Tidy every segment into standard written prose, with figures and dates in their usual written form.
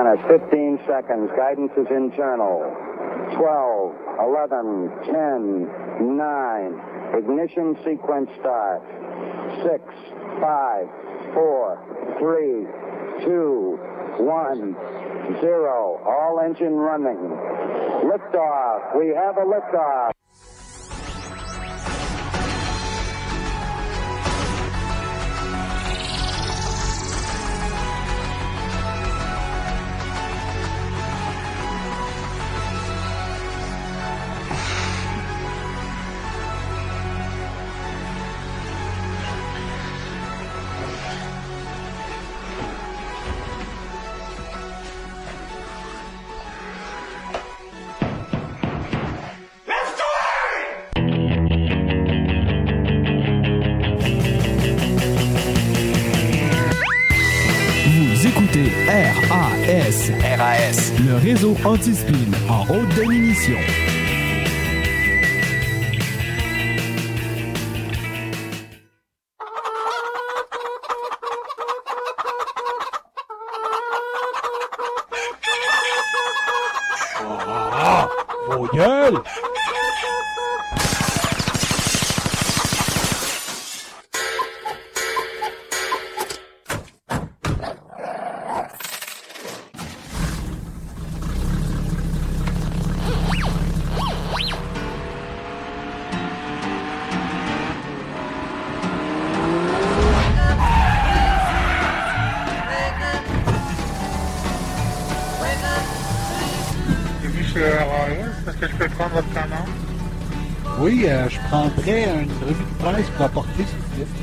at 15 seconds. Guidance is internal. 12, 11, 10, 9. Ignition sequence start. 6, 5, 4, 3, 2, 1, 0. All engine running. Liftoff. We have a liftoff. RAS, le réseau anti-spin en haute définition. Vos gueules! Est-ce que je peux prendre votre commande? Oui, je prendrais une revue de presse pour apporter, s'il vous plaît.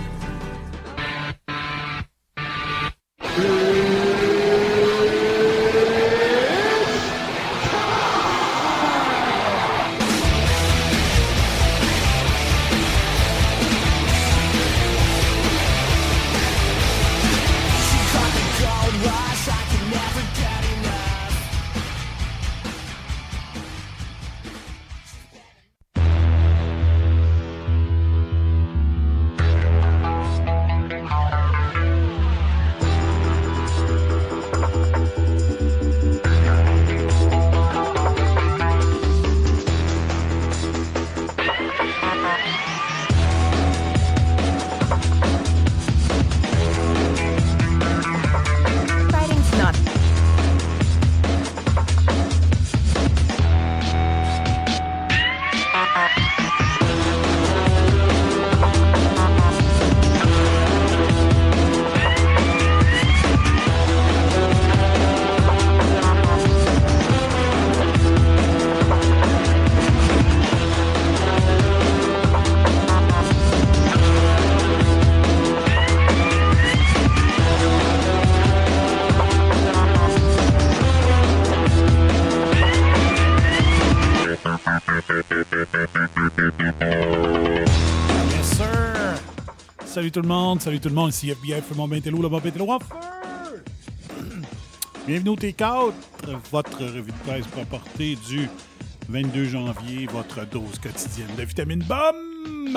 Salut tout le monde, ici FBI, Fremont Bentello, le Bob Bentello en feu! Bienvenue au T4, votre revue de presse pour apporter du 22 janvier, votre dose quotidienne de vitamine BOM!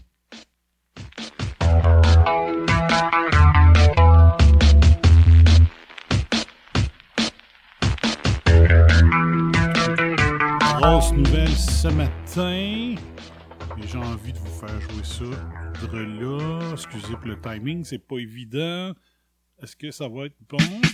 Grosse nouvelle ce matin. Et j'ai envie de vous faire jouer ça. Là, excusez pour le timing, c'est pas évident. Est-ce que ça va être bon?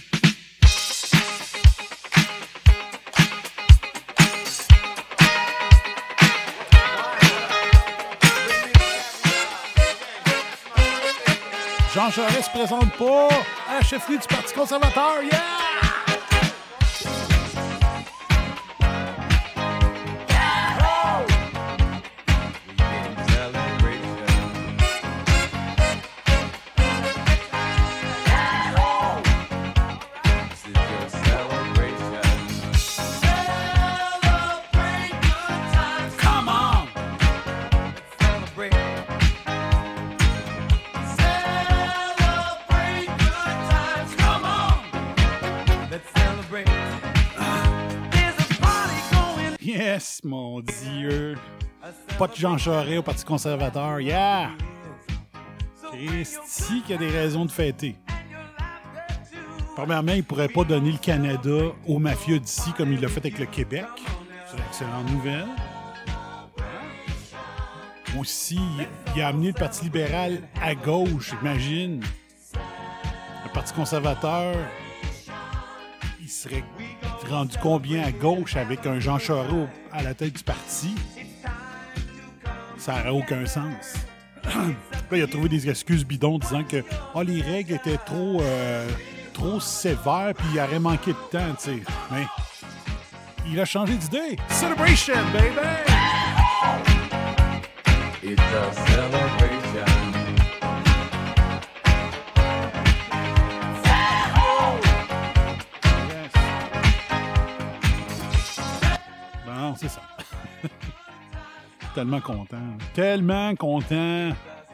Jean Charest se présente pas à la chefferie du Parti conservateur. Yeah! Yes, mon Dieu. Pas de Jean Charest au Parti conservateur. Yeah! Christy qui a des raisons de fêter. Premièrement, il ne pourrait pas donner le Canada aux mafias d'ici comme il l'a fait avec le Québec. C'est une excellente nouvelle. Aussi, il a amené le Parti libéral à gauche, imagine. Le Parti conservateur, il serait rendu combien à gauche avec un Jean Charest à la tête du parti? Ça n'aurait aucun sens. Là, il a trouvé des excuses bidons disant que les règles étaient trop sévères puis il aurait manqué de temps, tu sais. Mais il a changé d'idée. Celebration, baby! It's a celebration. Yes. Bon, c'est ça. Tellement content. Tellement content.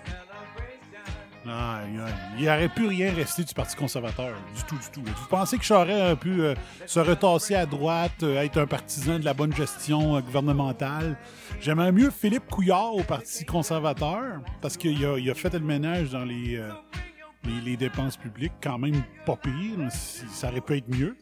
Il n'aurait pu rien rester du Parti conservateur. Du tout. Vous pensez que Charest a pu se retasser à droite, être un partisan de la bonne gestion gouvernementale? J'aimerais mieux Philippe Couillard au Parti conservateur parce qu'il a fait le ménage dans les dépenses publiques. Quand même pas pire. Ça aurait pu être mieux.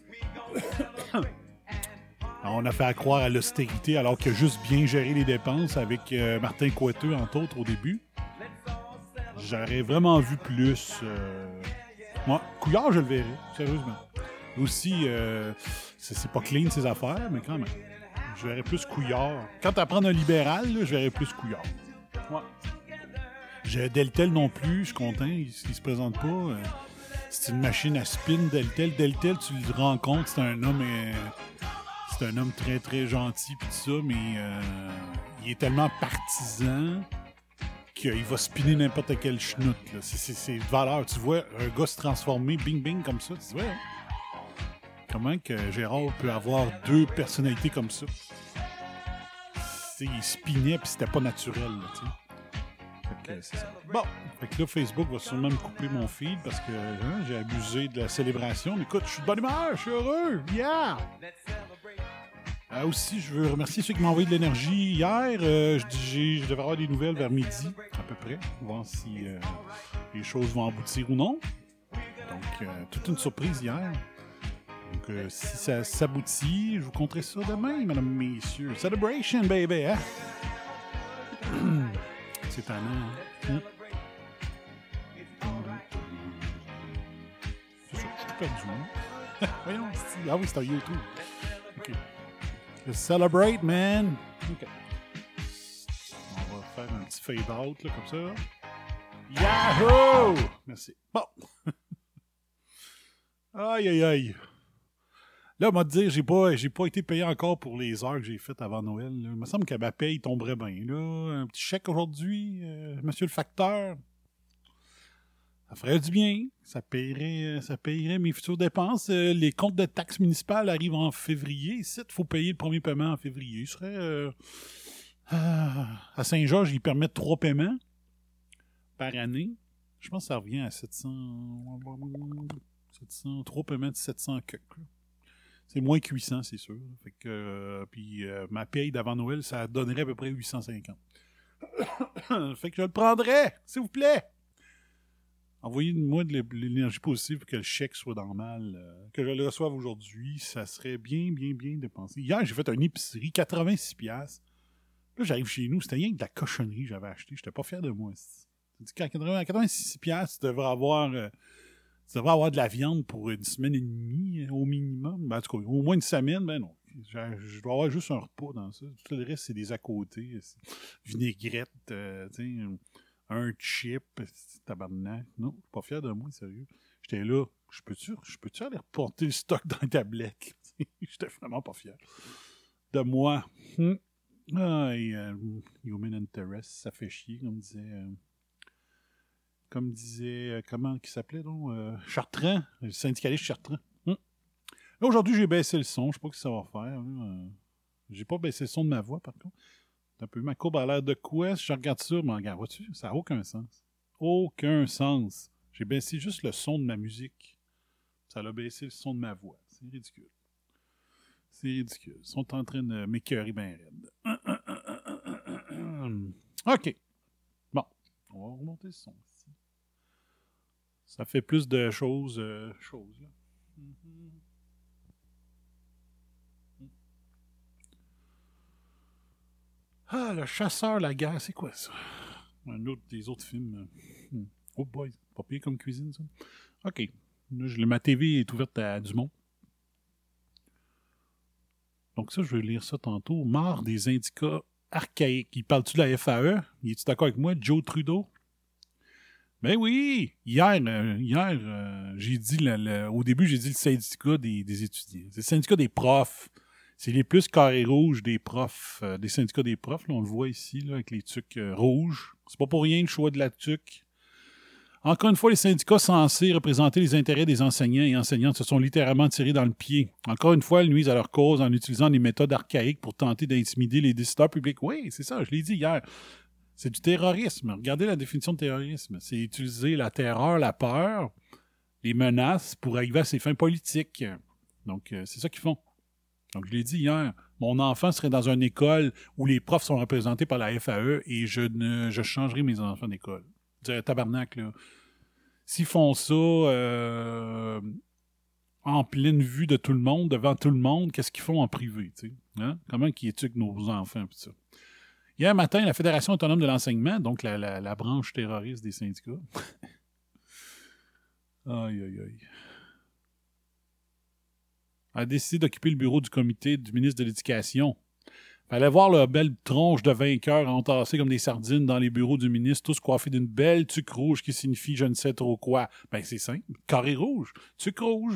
On a fait à croire à l'austérité alors qu'il a juste bien géré les dépenses avec Martin Coiteux, entre autres, au début. J'aurais vraiment vu plus. Moi, Couillard, je le verrais, sérieusement. Aussi, c'est pas clean ses affaires, mais quand même. Je verrais plus Couillard. Quand tu apprends un libéral, là, je verrais plus Couillard. Ouais. J'ai Deltel non plus, je suis content, il se présente pas. C'est une machine à spin, Deltel. Deltel, tu le rencontres, c'est un homme très, très gentil pis tout ça, mais il est tellement partisan qu'il va spinner n'importe quel schnout. Là. C'est de valeur. Tu vois un gars se transformer, bing, comme ça. Tu vois, hein? Comment que Gérard peut avoir deux personnalités comme ça? Il spinait puis c'était pas naturel. Là, fait que c'est ça. Bon, fait que là, Facebook va sûrement me couper mon feed parce que j'ai abusé de la célébration. Mais écoute, je suis de bonne humeur, je suis heureux. Yeah! Aussi, je veux remercier ceux qui m'ont envoyé de l'énergie hier. Je devrais avoir des nouvelles vers midi, à peu près, voir si les choses vont aboutir ou non. Donc, toute une surprise hier. Donc, si ça s'aboutit, je vous conterai ça demain, mesdames et messieurs. Celebration, baby, hein? C'est tannant, hein? C'est ça, je suis perdu, hein? Voyons, ah oui, c'est un YouTube. OK. Celebrate, man! OK. On va faire un petit fade-out, là, comme ça. Yahoo! Merci. Bon. Aïe. Là, on va te dire, j'ai pas été payé encore pour les heures que j'ai faites avant Noël. Là. Il me semble que ma paye tomberait bien. Là. Un petit chèque aujourd'hui, monsieur le facteur. Ça ferait du bien. Ça payerait mes futures dépenses. Les comptes de taxes municipales arrivent en février. Ici, il faut payer le premier paiement en février. Ce serait... à Saint-Georges, ils permettent 3 paiements par année. Je pense que ça revient à 700... 3 paiements de 700 quelques. C'est moins que 800, c'est sûr. Fait que, puis ma paye d'avant Noël, ça donnerait à peu près 850. Fait que je le prendrais, s'il vous plaît. Envoyez-moi de l'énergie positive pour que le chèque soit normal. Que je le reçoive aujourd'hui, ça serait bien dépensé. Hier, j'ai fait une épicerie, 86$. Là, j'arrive chez nous, c'était rien que de la cochonnerie que j'avais acheté. J'étais pas fier de moi. À 86$, tu devrais avoir de la viande pour une semaine et demie, au minimum. Ben, en tout cas, au moins une semaine, ben non. Je dois avoir juste un repas dans ça. Tout le reste, c'est des à côté. Vinaigrette, un chip, tabarnak. Non, je suis pas fier de moi, sérieux. J'étais là, je peux-tu aller reporter le stock dans la tablette? J'étais vraiment pas fier de moi. Human interest, ça fait chier, comme disait comment qui s'appelait, donc? Chartrand, le syndicaliste Chartrand. Là, aujourd'hui, j'ai baissé le son, je sais pas ce que ça va faire. J'ai pas baissé le son de ma voix, par contre. Un peu, ma courbe a l'air de quoi? Si je regarde ça, mais regarde, vois-tu? Ça n'a aucun sens. Aucun sens. J'ai baissé juste le son de ma musique. Ça a baissé le son de ma voix. C'est ridicule. Ils sont en train de m'écœurer bien raide. OK. Bon. On va remonter le son ici. Ça fait plus de choses. Là. Ah, le chasseur, la guerre, c'est quoi ça? Un autre des autres films. Oh boy, pas pire comme cuisine, ça. OK. Là, ma TV est ouverte à du monde. Donc ça, je vais lire ça tantôt. Marre des syndicats archaïques. Il parle-tu de la FAE? Es-tu d'accord avec moi, Joe Trudeau? Ben oui! Hier, j'ai dit, au début, j'ai dit le syndicat des étudiants. C'est le syndicat des profs. C'est les plus carrés rouges des profs, des syndicats des profs. Là, on le voit ici, là, avec les tucs rouges. C'est pas pour rien le choix de la tuque. Encore une fois, les syndicats censés représenter les intérêts des enseignants et enseignantes se sont littéralement tirés dans le pied. Encore une fois, ils nuisent à leur cause en utilisant des méthodes archaïques pour tenter d'intimider les décideurs publics. Oui, c'est ça, je l'ai dit hier. C'est du terrorisme. Regardez la définition de terrorisme. C'est utiliser la terreur, la peur, les menaces pour arriver à ses fins politiques. Donc, c'est ça qu'ils font. Donc, je l'ai dit hier, mon enfant serait dans une école où les profs sont représentés par la FAE et je changerai mes enfants d'école. Je dirais, tabarnak, là. S'ils font ça en pleine vue de tout le monde, devant tout le monde, qu'est-ce qu'ils font en privé, tu sais? Hein? Comment ils éduquent nos enfants, pis ça? Hier matin, la Fédération autonome de l'enseignement, donc la branche terroriste des syndicats, aïe, aïe, aïe, a décidé d'occuper le bureau du comité du ministre de l'Éducation. Fallait voir leur belle tronche de vainqueurs entassés comme des sardines dans les bureaux du ministre, tous coiffés d'une belle tuque rouge qui signifie je ne sais trop quoi. Ben, c'est simple. Carré rouge. Tuque rouge.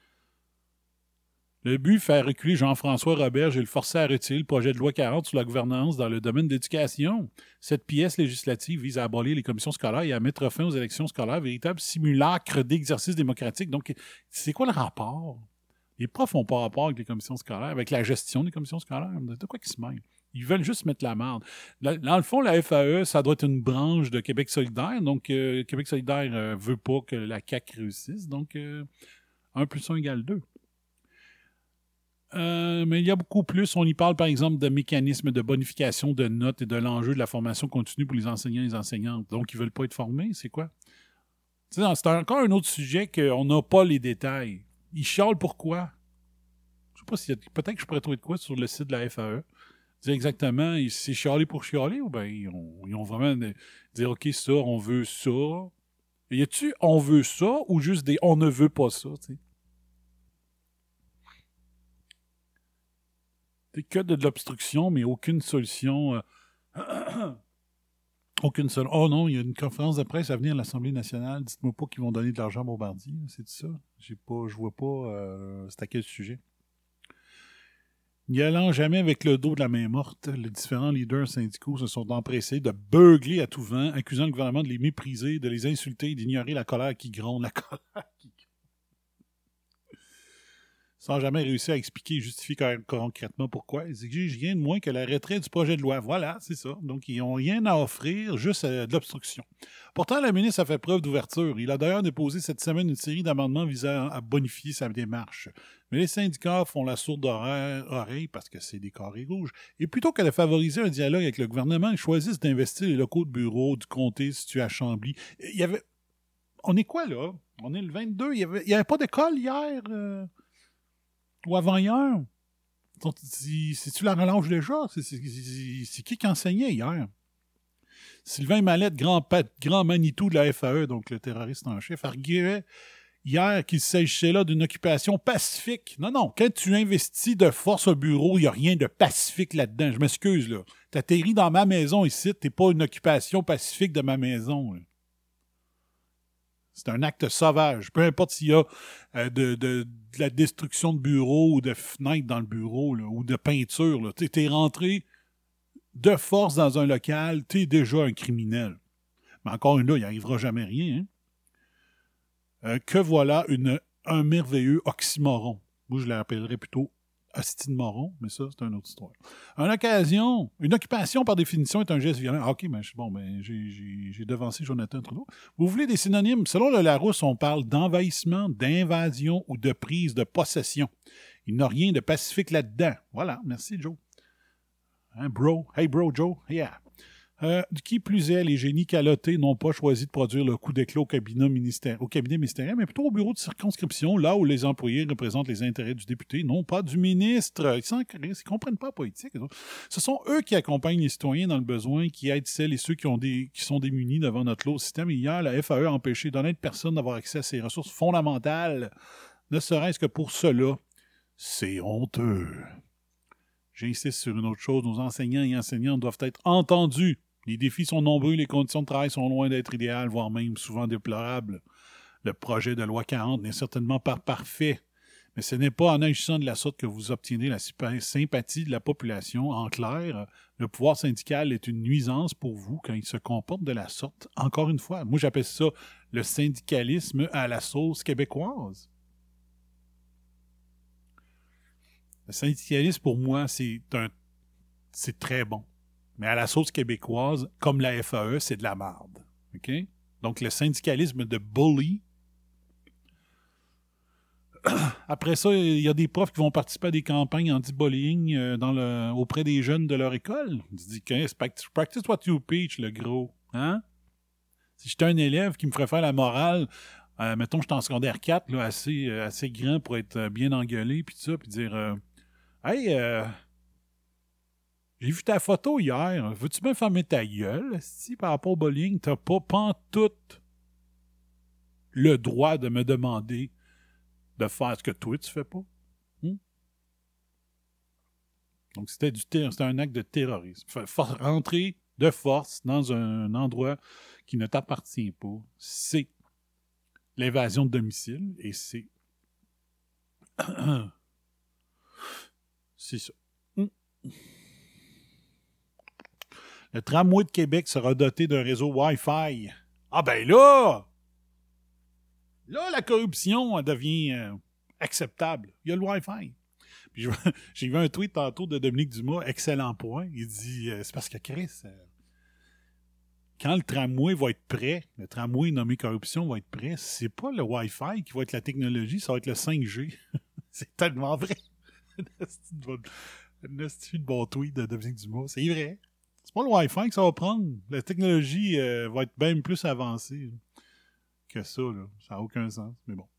Le but, faire reculer Jean-François Roberge et le forcer à retirer le projet de loi 40 sur la gouvernance dans le domaine de l'éducation. Cette pièce législative vise à abolir les commissions scolaires et à mettre fin aux élections scolaires, véritable simulacre d'exercice démocratique. Donc, c'est quoi le rapport? Les profs n'ont pas rapport avec les commissions scolaires, avec la gestion des commissions scolaires. De quoi qu'ils se mêlent? Ils veulent juste mettre la merde. Dans le fond, la FAE, ça doit être une branche de Québec solidaire. Donc, Québec solidaire veut pas que la CAQ réussisse. Donc, 1 + 1 = 2. Mais il y a beaucoup plus. On y parle, par exemple, de mécanismes de bonification de notes et de l'enjeu de la formation continue pour les enseignants et les enseignantes. Donc, ils ne veulent pas être formés. C'est quoi? C'est encore un autre sujet qu'on n'a pas les détails. Ils chialent pourquoi? Je sais pas si peut-être que je pourrais trouver de quoi sur le site de la FAE. Dire exactement, c'est chialer pour chialer ou bien ils ont vraiment dire OK, ça, on veut ça. Y a-tu on veut ça ou juste des on ne veut pas ça, tu sais? C'est que de l'obstruction, mais aucune solution. Aucune seule. Oh non, il y a une conférence de presse à venir à l'Assemblée nationale. Dites-moi pas qu'ils vont donner de l'argent à Bombardier. C'est ça? Je vois pas c'est à quel sujet. N'y allant jamais avec le dos de la main morte, les différents leaders syndicaux se sont empressés de beugler à tout vent, accusant le gouvernement de les mépriser, de les insulter et d'ignorer la colère qui gronde. Sans jamais réussir à expliquer et justifier concrètement pourquoi. Ils exigent rien de moins que le retrait du projet de loi. Voilà, c'est ça. Donc, ils n'ont rien à offrir, juste de l'obstruction. Pourtant, la ministre a fait preuve d'ouverture. Il a d'ailleurs déposé cette semaine une série d'amendements visant à bonifier sa démarche. Mais les syndicats font la sourde oreille parce que c'est des carrés rouges. Et plutôt que de favoriser un dialogue avec le gouvernement, ils choisissent d'investir les locaux de bureau du comté situé à Chambly. On est quoi, là? On est le 22. Il n'y avait pas d'école hier? Ou avant-hier. C'est-tu la relâche déjà? C'est qui enseignait hier? Sylvain Mallette, grand Manitou de la FAE, donc le terroriste en chef, arguait hier qu'il s'agissait là d'une occupation pacifique. Non, quand tu investis de force au bureau, il n'y a rien de pacifique là-dedans. Je m'excuse, là. T'atterris dans ma maison ici, t'es pas une occupation pacifique de ma maison, là. C'est un acte sauvage. Peu importe s'il y a de la destruction de bureaux ou de fenêtres dans le bureau là, ou de peinture. Tu es rentré de force dans un local, tu es déjà un criminel. Mais encore une là, il n'arrivera jamais rien. Hein? Que voilà un merveilleux oxymoron. Moi, je l'appellerais plutôt hostie-moron, mais ça, c'est une autre histoire. Une occupation, par définition, est un geste violent. OK, j'ai devancé Jonathan Trudeau. Vous voulez des synonymes? Selon le Larousse, on parle d'envahissement, d'invasion ou de prise de possession. Il n'y a rien de pacifique là-dedans. Voilà, merci, Joe. Hein, bro? Hey, bro, Joe? Yeah. Qui plus est, les génies calotés n'ont pas choisi de produire le coup d'éclat au cabinet ministériel, mais plutôt au bureau de circonscription, là où les employés représentent les intérêts du député, non pas du ministre. Ils ne comprennent pas la politique. Ce sont eux qui accompagnent les citoyens dans le besoin, qui aident celles et ceux qui sont démunis devant notre lot système. Et hier, la FAE a empêché d'honnêtes personnes d'avoir accès à ces ressources fondamentales, ne serait-ce que pour cela. C'est honteux. J'insiste sur une autre chose, nos enseignants et enseignantes doivent être entendus. Les défis sont nombreux, les conditions de travail sont loin d'être idéales, voire même souvent déplorables. Le projet de loi 40 n'est certainement pas parfait, mais ce n'est pas en agissant de la sorte que vous obtiendrez la sympathie de la population. En clair, le pouvoir syndical est une nuisance pour vous quand il se comporte de la sorte. Encore une fois, moi j'appelle ça le syndicalisme à la sauce québécoise. Le syndicalisme, pour moi, c'est très bon. Mais à la sauce québécoise, comme la FAE, c'est de la merde. OK? Donc, le syndicalisme de bully. Après ça, il y a des profs qui vont participer à des campagnes anti-bullying auprès des jeunes de leur école. Ils se disent, practice what you preach, le gros. Hein? Si j'étais un élève qui me ferait faire la morale, mettons que j'étais en secondaire 4, là, assez grand pour être bien engueulé, puis ça, puis dire hey, j'ai vu ta photo hier. Veux-tu bien fermer ta gueule? Si par rapport au bullying, t'as pas pantoute le droit de me demander de faire ce que toi, tu fais pas. Donc, c'était un acte de terrorisme. Rentrer de force dans un endroit qui ne t'appartient pas, c'est l'invasion de domicile et c'est... c'est ça. Le tramway de Québec sera doté d'un réseau Wi-Fi. Ah ben là! Là, la corruption elle devient acceptable. Il y a le Wi-Fi. Puis j'ai vu un tweet tantôt de Dominique Dumas, excellent point. Il dit, c'est parce que Chris, quand le tramway va être prêt, le tramway nommé corruption va être prêt, c'est pas le Wi-Fi qui va être la technologie, ça va être le 5G. C'est tellement vrai. C'est une bonne tweet de Dominique Dumas. C'est vrai. C'est pas le Wi-Fi que ça va prendre. La technologie va être bien plus avancée que ça. Là. Ça n'a aucun sens. Mais bon.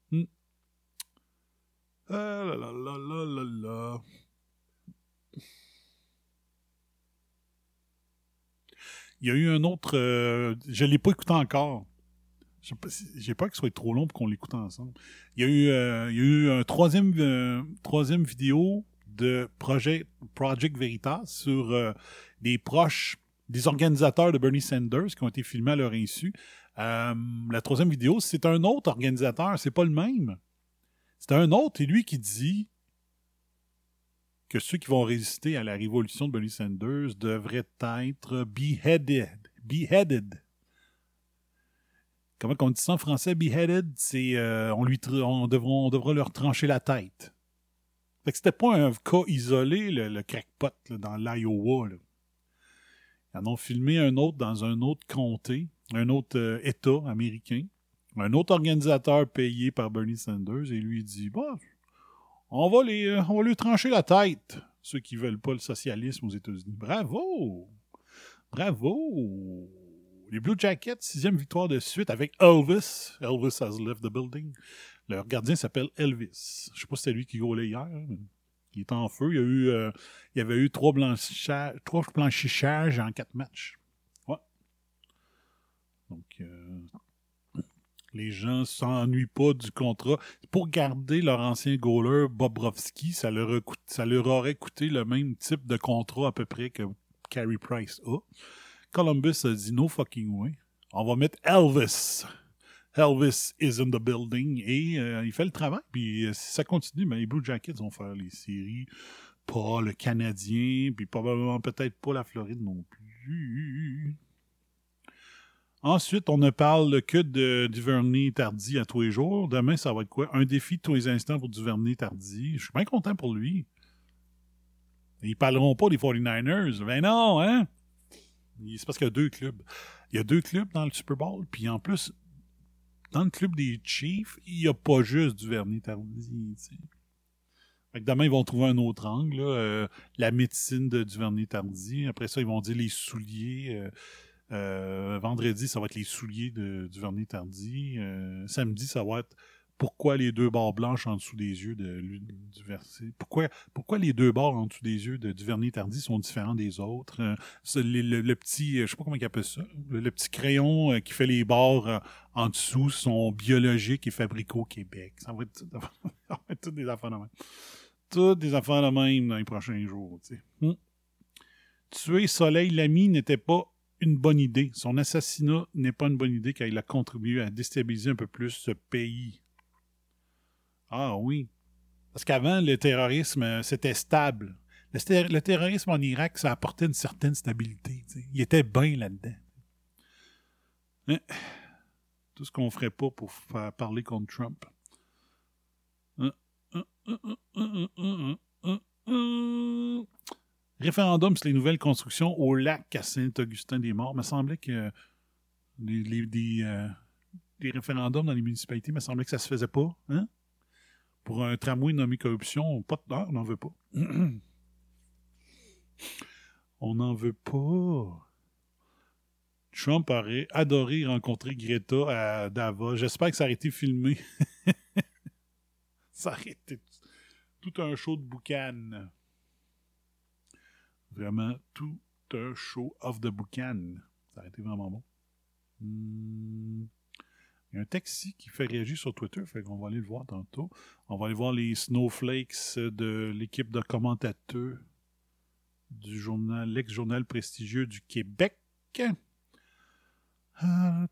Il y a eu un autre... je ne l'ai pas écouté encore. J'ai peur qu'il soit trop long pour qu'on l'écoute ensemble. Il y a eu un troisième vidéo de Project Veritas sur des proches, des organisateurs de Bernie Sanders qui ont été filmés à leur insu. La troisième vidéo, c'est un autre organisateur, c'est pas le même. C'est un autre, et lui qui dit que ceux qui vont résister à la révolution de Bernie Sanders devraient être beheaded. Comment on dit ça en français, beheaded? C'est on devra leur trancher la tête. Fait que c'était pas un cas isolé, le crackpot là, dans l'Iowa. Là. Ils en ont filmé un autre dans un autre comté, un autre État américain, un autre organisateur payé par Bernie Sanders, et lui dit bon, on va lui trancher la tête, ceux qui veulent pas le socialisme aux États-Unis. Bravo! Bravo! Les Blue Jackets, 6e victoire de suite avec Elvis. Elvis has left the building. Leur gardien s'appelle Elvis. Je sais pas si c'était lui qui gaulait hier, mais il est en feu. Il y avait eu 3 blanchissages en 4 matchs. Ouais. Donc, les gens ne s'ennuient pas du contrat. Pour garder leur ancien goaler, Bobrovsky, ça leur aurait coûté le même type de contrat à peu près que Carey Price a. Columbus a dit no fucking way. On va mettre Elvis. Elvis is in the building. Et il fait le travail. Puis si ça continue, ben, les Blue Jackets vont faire les séries. Pas le Canadien. Puis probablement peut-être pas la Floride non plus. Ensuite, on ne parle que de Duvernay-Tardy à tous les jours. Demain, ça va être quoi? Un défi de tous les instants pour Duvernay-Tardy. Je suis bien content pour lui. Ils parleront pas des 49ers. Ben non, hein? C'est parce qu'il y a 2 clubs. Il y a 2 clubs dans le Super Bowl, puis en plus, dans le club des Chiefs, il n'y a pas juste Duvernay-Tardy. Fait que demain, ils vont trouver un autre angle, là, la médecine de Duvernay-Tardy. Après ça, ils vont dire les souliers. Vendredi, ça va être les souliers de Duvernay-Tardy. Samedi, ça va être pourquoi les deux barres blanches en dessous des yeux du verset. Pourquoi les deux barres en dessous des yeux de Duvernay-Tardy sont différents des autres. Le petit, je sais pas comment ils appellent ça, le petit crayon qui fait les barres en dessous sont biologiques et fabriqués au Québec. Ça va être toutes des affaires de même. Toutes des affaires de même dans les prochains jours. Tu sais. Tuer Soleil Lamy n'était pas une bonne idée. Son assassinat n'est pas une bonne idée car il a contribué à déstabiliser un peu plus ce pays. Ah oui. Parce qu'avant, le terrorisme, c'était stable. Le terrorisme en Irak, ça apportait une certaine stabilité. T'sais. Il était bien là-dedans. Hein? Tout ce qu'on ferait pas pour faire parler contre Trump. Référendum sur les nouvelles constructions au lac à Saint-Augustin-des-Morts. Il me semblait que des référendums dans les municipalités, il me semblait que ça se faisait pas. Hein? Pour un tramway nommé corruption, pas de d'heure, on n'en veut pas. On n'en veut pas. Trump aurait adoré rencontrer Greta à Davos. J'espère que ça aurait été filmé. Ça aurait été tout un show de boucan. Vraiment, tout un show of the boucan. Ça aurait été vraiment bon. Il y a un taxi qui fait réagir sur Twitter, fait qu'on va aller le voir tantôt. On va aller voir les snowflakes de l'équipe de commentateurs du journal, l'ex-journal prestigieux du Québec. Tiens, on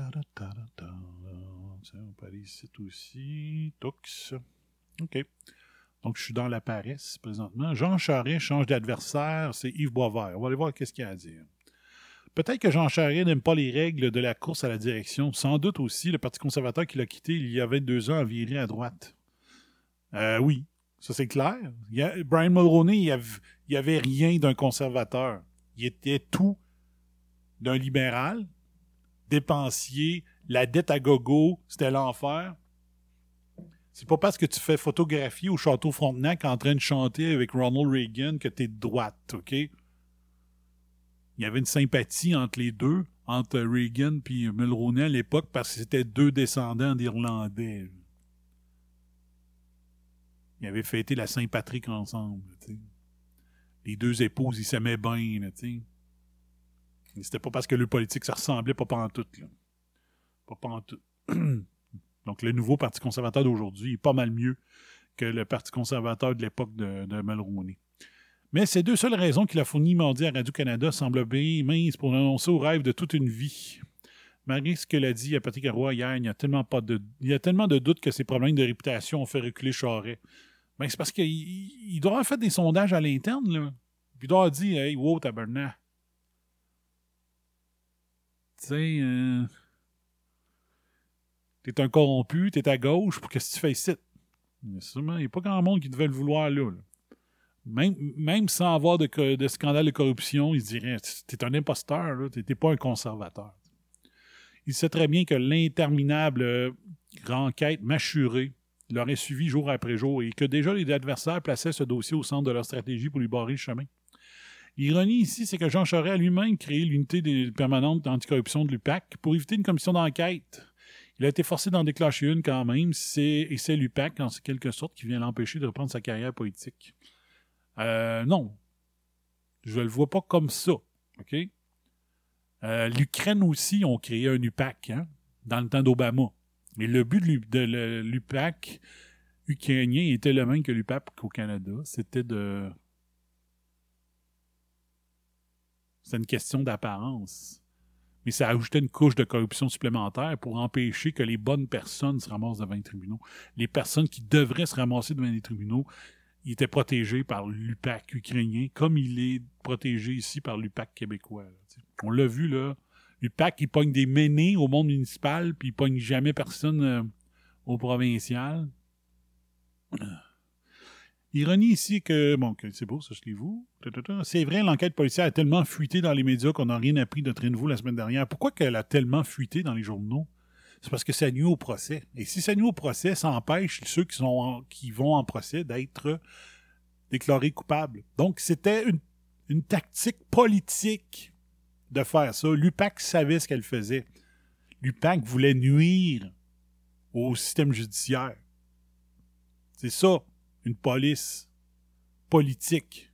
peut aller ici aussi. Tox. OK. Donc, je suis dans la paresse présentement. Jean Charest change d'adversaire, c'est Yves Boisvert. On va aller voir qu'est-ce qu'il a à dire. Peut-être que Jean Charest n'aime pas les règles de la course à la direction. Sans doute aussi, le Parti conservateur qui l'a quitté il y a 22 ans a viré à droite. Oui, ça c'est clair. Brian Mulroney, il n'y avait rien d'un conservateur. Il était tout d'un libéral, dépensier, la dette à gogo, c'était l'enfer. C'est pas parce que tu fais photographier au Château Frontenac en train de chanter avec Ronald Reagan que t'es de droite, OK? Il y avait une sympathie entre les deux, entre Reagan et Mulroney à l'époque, parce que c'était deux descendants d'Irlandais. Ils avaient fêté la Saint-Patrick ensemble. T'sais. Les deux épouses, ils s'aimaient bien. Là, c'était pas parce que le politique, ça ressemblait pas pantoute. Là. Pas pantoute. Donc, le nouveau Parti conservateur d'aujourd'hui est pas mal mieux que le Parti conservateur de l'époque de Mulroney. Mais ces deux seules raisons qu'il a fournies mardi à Radio-Canada semblent bien minces pour annoncer au rêve de toute une vie. Malgré ce qu'elle a dit à Patrick Roy hier, il y a tellement de doutes que ses problèmes de réputation ont fait reculer Charest. Ben, c'est parce qu'il doit avoir fait des sondages à l'interne, là. Puis il doit avoir dit « Hey, wow, tabarnak! » Tu sais, t'es un corrompu, t'es à gauche, pour qu'est-ce que tu fais ici? Mais sûrement, il n'y a pas grand monde qui devait le vouloir là. Même sans avoir de scandale de corruption, il se dirait « T'es un imposteur, là, t'es pas un conservateur. » Il sait très bien que l'interminable enquête mâchurée l'aurait suivi jour après jour et que déjà les adversaires plaçaient ce dossier au centre de leur stratégie pour lui barrer le chemin. L'ironie ici, c'est que Jean Charest a lui-même créé l'unité permanente d'anticorruption de l'UPAC pour éviter une commission d'enquête. Il a été forcé d'en déclencher une quand même, et c'est l'UPAC, en quelque sorte, qui vient l'empêcher de reprendre sa carrière politique. Non. Je le vois pas comme ça. OK? L'Ukraine aussi ont créé un UPAC dans le temps d'Obama. Mais le but de l'UPAC ukrainien était le même que l'UPAC au Canada. C'était une question d'apparence. Mais ça ajoutait une couche de corruption supplémentaire pour empêcher que les bonnes personnes se ramassent devant les tribunaux. Les personnes qui devraient se ramasser devant les tribunaux, ils étaient protégés par l'UPAC ukrainien, comme il est protégé ici par l'UPAC québécois. Là, on l'a vu, là. L'UPAC, il pogne des ménés au monde municipal, puis il pogne jamais personne au provincial. Ironie ici que... Bon, c'est beau, ça, je l'ai vu. C'est vrai, l'enquête policière a tellement fuité dans les médias qu'on n'a rien appris de Traîneau la semaine dernière. Pourquoi qu'elle a tellement fuité dans les journaux? c'est parce que ça nuit au procès. Et si ça nuit au procès, ça empêche ceux qui vont en procès d'être déclarés coupables. Donc, c'était une tactique politique de faire ça. L'UPAC savait ce qu'elle faisait. L'UPAC voulait nuire au système judiciaire. C'est ça, une police politique.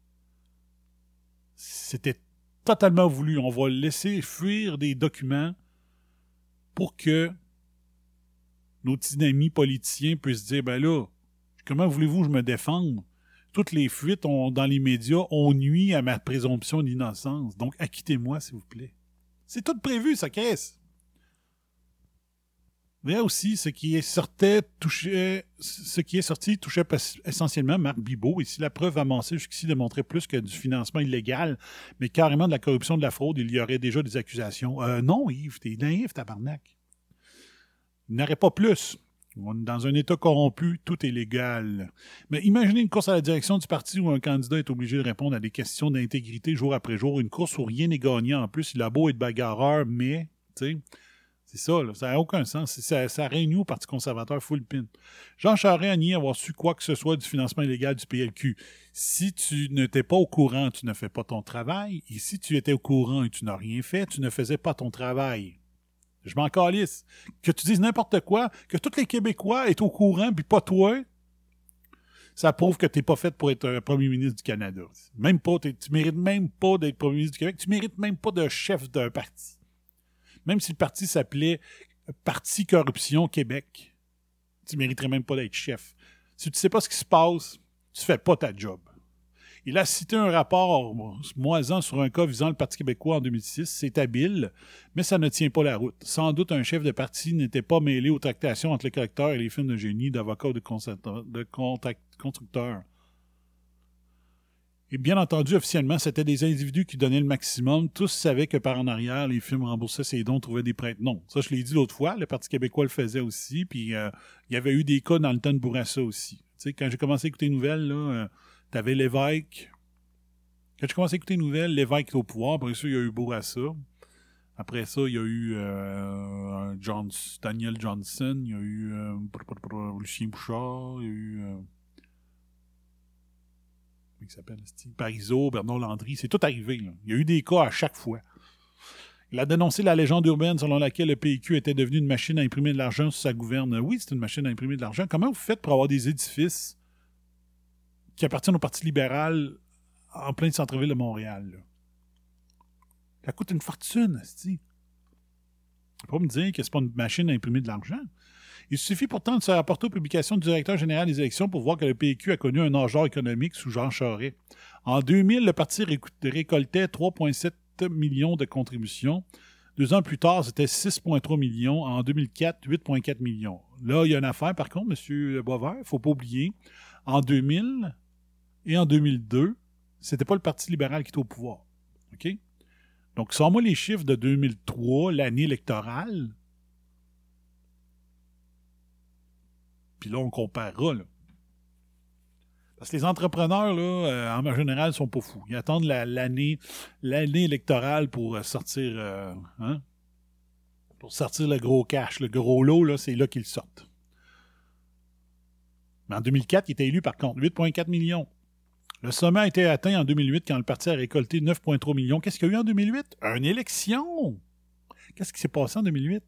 C'était totalement voulu. On va laisser fuir des documents pour que nos petits amis politiciens puissent dire, ben là, comment voulez-vous que je me défende? Toutes les fuites dans les médias ont nui à ma présomption d'innocence. Donc, acquittez-moi, s'il vous plaît. C'est tout prévu, ça caisse. Mais aussi, ce qui est sorti touchait essentiellement Marc Bibot. Et si la preuve avancée jusqu'ici démontrait plus que du financement illégal, mais carrément de la corruption, de la fraude, il y aurait déjà des accusations. Non, Yves, t'es naïf, tabarnak. Il n'y aurait pas plus. On est dans un État corrompu, tout est légal. Mais imaginez une course à la direction du parti où un candidat est obligé de répondre à des questions d'intégrité jour après jour, une course où rien n'est gagné en plus, il a beau être bagarreur, mais, tu sais, c'est ça, là, ça n'a aucun sens. Ça réunit au Parti conservateur full pin. Jean Charest a nié avoir su quoi que ce soit du financement illégal du PLQ. Si tu n'étais pas au courant, tu ne fais pas ton travail, et si tu étais au courant et tu n'as rien fait, tu ne faisais pas ton travail. Je m'en calisse. Que tu dises n'importe quoi, que tous les Québécois est au courant, puis pas toi, ça prouve que t'es pas fait pour être un premier ministre du Canada. Même pas, tu mérites même pas d'être premier ministre du Québec, tu mérites même pas de chef d'un parti. Même si le parti s'appelait Parti Corruption Québec, tu mériterais même pas d'être chef. Si tu sais pas ce qui se passe, tu fais pas ta job. Il a cité un rapport moisant sur un cas visant le Parti québécois en 2006. C'est habile, mais ça ne tient pas la route. Sans doute, un chef de parti n'était pas mêlé aux tractations entre les collecteurs et les firmes de génie, d'avocats ou de constructeurs. Et bien entendu, officiellement, c'était des individus qui donnaient le maximum. Tous savaient que par en arrière, les firmes remboursaient ces dons, trouvaient des prêtres. Non, ça, je l'ai dit l'autre fois. Le Parti québécois le faisait aussi. Puis, il y avait eu des cas dans le temps de Bourassa aussi. Tu sais, quand j'ai commencé à écouter les nouvelles, là... T'avais l'évêque. Quand j'ai commencé à écouter les nouvelles, l'évêque était au pouvoir. Après ça, il y a eu Bourassa. Après ça, il y a eu Daniel Johnson. Il y a eu Lucien Bouchard. Il y a eu... comment il s'appelle? Parizeau, Bernard Landry. C'est tout arrivé, là. Il y a eu des cas à chaque fois. Il a dénoncé la légende urbaine selon laquelle le PQ était devenu une machine à imprimer de l'argent sous sa gouverne. Oui, c'est une machine à imprimer de l'argent. Comment vous faites pour avoir des édifices qui appartiennent au Parti libéral en plein centre-ville de Montréal, là? Ça coûte une fortune, c'ti. Faut pas me dire que c'est pas une machine à imprimer de l'argent. Il suffit pourtant de se rapporter aux publications du directeur général des élections pour voir que le PQ a connu un âge d'or économique sous Jean Charest. En 2000, le parti récoltait 3,7 millions de contributions. 2 ans plus tard, c'était 6,3 millions. En 2004, 8,4 millions. Là, il y a une affaire, par contre, M. Boisvert, il ne faut pas oublier. En 2000 et en 2002, c'était pas le Parti libéral qui était au pouvoir. OK? Donc, sors-moi les chiffres de 2003, l'année électorale. Puis là, on comparera, là. Parce que les entrepreneurs, là, en général, sont pas fous. Ils attendent l'année électorale pour sortir, pour sortir le gros cash. Le gros lot, là, c'est là qu'ils sortent. Mais en 2004, il était élu, par contre, 8,4 millions. Le sommet a été atteint en 2008 quand le parti a récolté 9,3 millions. Qu'est-ce qu'il y a eu en 2008? Une élection! Qu'est-ce qui s'est passé en 2008?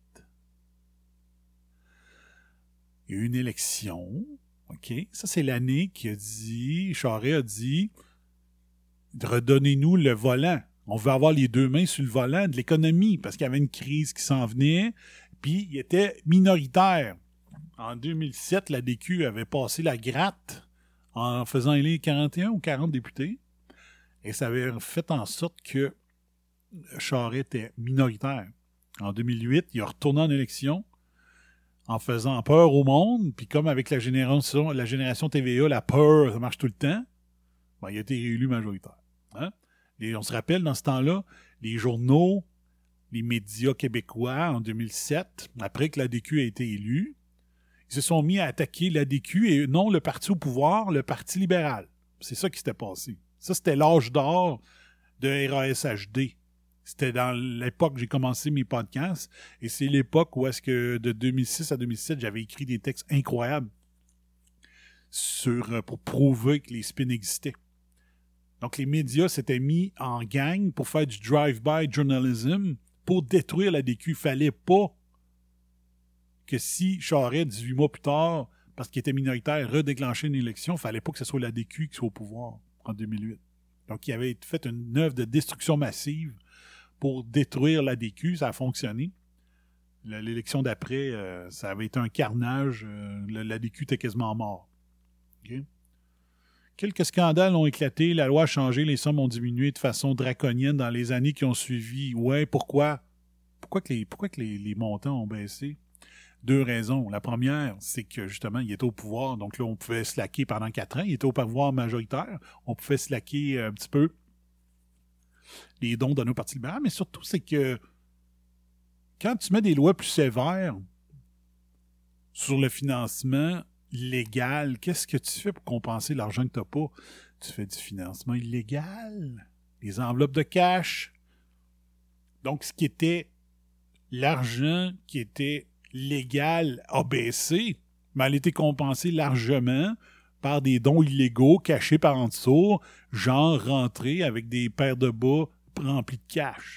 Il y a eu une élection. OK. Ça, c'est l'année Charest a dit, redonnez-nous le volant. On veut avoir les deux mains sur le volant de l'économie parce qu'il y avait une crise qui s'en venait, puis il était minoritaire. En 2007, la DQ avait passé la gratte en faisant élire 41 ou 40 députés. Et ça avait fait en sorte que Charest était minoritaire. En 2008, il a retourné en élection en faisant peur au monde. Puis comme avec la génération TVA, la peur, ça marche tout le temps, ben, il a été réélu majoritaire. Hein? Et on se rappelle, dans ce temps-là, les journaux, les médias québécois, en 2007, après que la DQ a été élue, ils se sont mis à attaquer l'ADQ et non le parti au pouvoir, le Parti libéral. C'est ça qui s'était passé. Ça, c'était l'âge d'or de RASHD. C'était dans l'époque que j'ai commencé mes podcasts. Et c'est l'époque où est-ce que de 2006 à 2007, j'avais écrit des textes incroyables pour prouver que les spins existaient. Donc, les médias s'étaient mis en gang pour faire du drive-by journalism pour détruire la DQ. Il fallait pas que si Charest, 18 mois plus tard, parce qu'il était minoritaire, redéclenchait une élection, il fallait pas que ce soit la DQ qui soit au pouvoir en 2008. Donc, il avait fait une œuvre de destruction massive pour détruire la DQ. Ça a fonctionné. L'élection d'après, ça avait été un carnage. La DQ était quasiment mort. Okay? Quelques scandales ont éclaté, la loi a changé, les sommes ont diminué de façon draconienne dans les années qui ont suivi. Ouais, pourquoi? Pourquoi que les montants ont baissé? 2 raisons. La première, c'est que justement, il était au pouvoir, donc là, on pouvait slacker pendant 4 ans. Il était au pouvoir majoritaire. On pouvait slacker un petit peu les dons donnés au Parti libéral, mais surtout, c'est que quand tu mets des lois plus sévères sur le financement légal, qu'est-ce que tu fais pour compenser l'argent que tu n'as pas? Tu fais du financement illégal, des enveloppes de cash. Donc, ce qui était l'argent qui était légal a baissé, mais elle a été compensée largement par des dons illégaux cachés par en dessous, genre rentrés avec des paires de bas remplis de cash.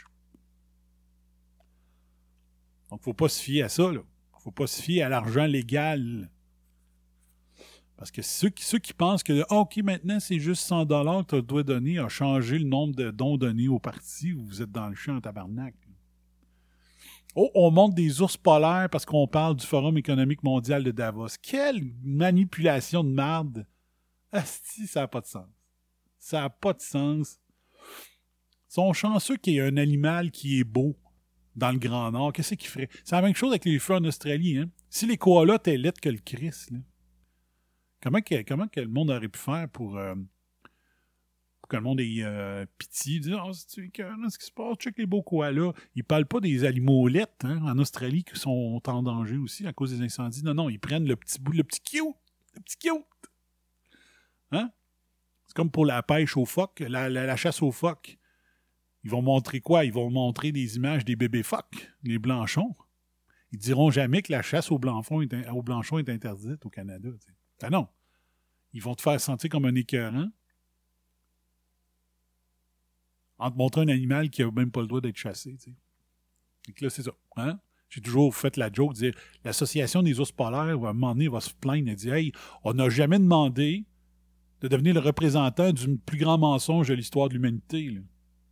Donc, faut pas se fier à ça, là. Faut pas se fier à l'argent légal. Parce que ceux qui pensent que OK, maintenant, c'est juste 100 $ que tu dois donner à changer le nombre de dons donnés au parti, vous êtes dans le champ en tabarnak. Oh, on monte des ours polaires parce qu'on parle du Forum économique mondial de Davos. Quelle manipulation de marde! Asti, ça n'a pas de sens. Ça n'a pas de sens. Ils sont chanceux qu'il y ait un animal qui est beau dans le Grand Nord. Qu'est-ce qu'il ferait? C'est la même chose avec les feux en Australie. Hein? Si les koalas étaient laides que le Christ, là, comment que le monde aurait pu faire pour que le monde ait pitié, dire « qu'est-ce qui se passe? Check les beaux koalas. » Ils parlent pas des animaux laides en Australie qui sont en danger aussi à cause des incendies. Non, ils prennent le petit bout, le petit cute. Hein? C'est comme pour la pêche aux phoques, la chasse aux phoques. Ils vont montrer quoi? Ils vont montrer des images des bébés phoques, les blanchons. Ils diront jamais que la chasse aux blanchons est interdite au Canada. T'sais. Ben non. Ils vont te faire sentir comme un écœurant en te montrant un animal qui n'a même pas le droit d'être chassé. T'sais. Donc là, c'est ça. Hein? J'ai toujours fait la joke de dire l'association des ours polaires, à un moment donné, va se plaindre et dire « Hey, on n'a jamais demandé de devenir le représentant du plus grand mensonge de l'histoire de l'humanité. Là.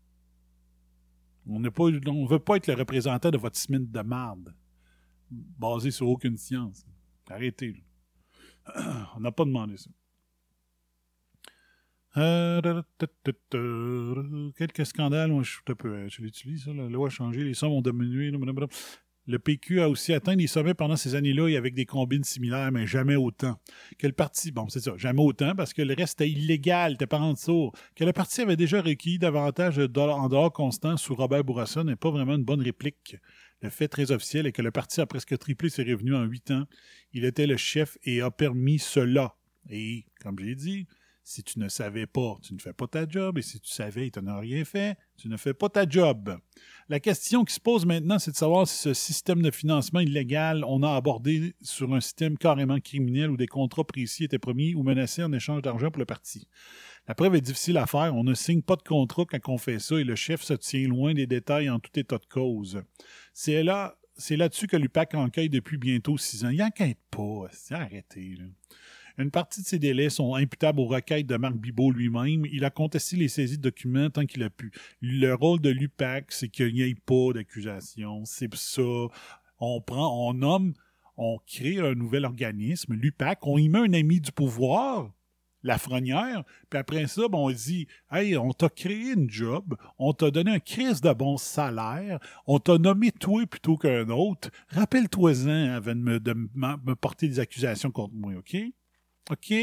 On ne veut pas être le représentant de votre semaine de marde, basé sur aucune science. Arrêtez. Là. On n'a pas demandé ça. Quelques scandales, je l'utilise, ça, la loi a changé, les sommes ont diminué. Le PQ a aussi atteint des sommets pendant ces années-là et avec des combines similaires, mais jamais autant. Que le parti, bon, c'est ça, jamais autant, parce que le reste était illégal, était pas en dessous. Que le parti avait déjà requis davantage en dollars constants sous Robert Bourassa n'est pas vraiment une bonne réplique. Le fait très officiel est que le parti a presque triplé ses revenus en 8 ans. Il était le chef et a permis cela. Et, comme j'ai dit, si tu ne savais pas, tu ne fais pas ta job, et si tu savais et tu n'as rien fait, tu ne fais pas ta job. La question qui se pose maintenant, c'est de savoir si ce système de financement illégal, on a abordé sur un système carrément criminel où des contrats précis étaient promis ou menacés en échange d'argent pour le parti. La preuve est difficile à faire, on ne signe pas de contrat quand on fait ça et le chef se tient loin des détails en tout état de cause. C'est là-dessus que l'UPAC enquête depuis bientôt 6 ans. Il n'enquête pas, arrêtez, là. Une partie de ces délais sont imputables aux requêtes de Marc Bibeau lui-même. Il a contesté les saisies de documents tant qu'il a pu. Le rôle de l'UPAC, c'est qu'il n'y ait pas d'accusation. C'est ça. On crée un nouvel organisme, l'UPAC. On y met un ami du pouvoir, Lafrenière, puis après ça, on dit « Hey, on t'a créé une job, on t'a donné un crise de bon salaire, on t'a nommé toi plutôt qu'un autre. Rappelle-toi-en avant de me porter des accusations contre moi, OK? » OK?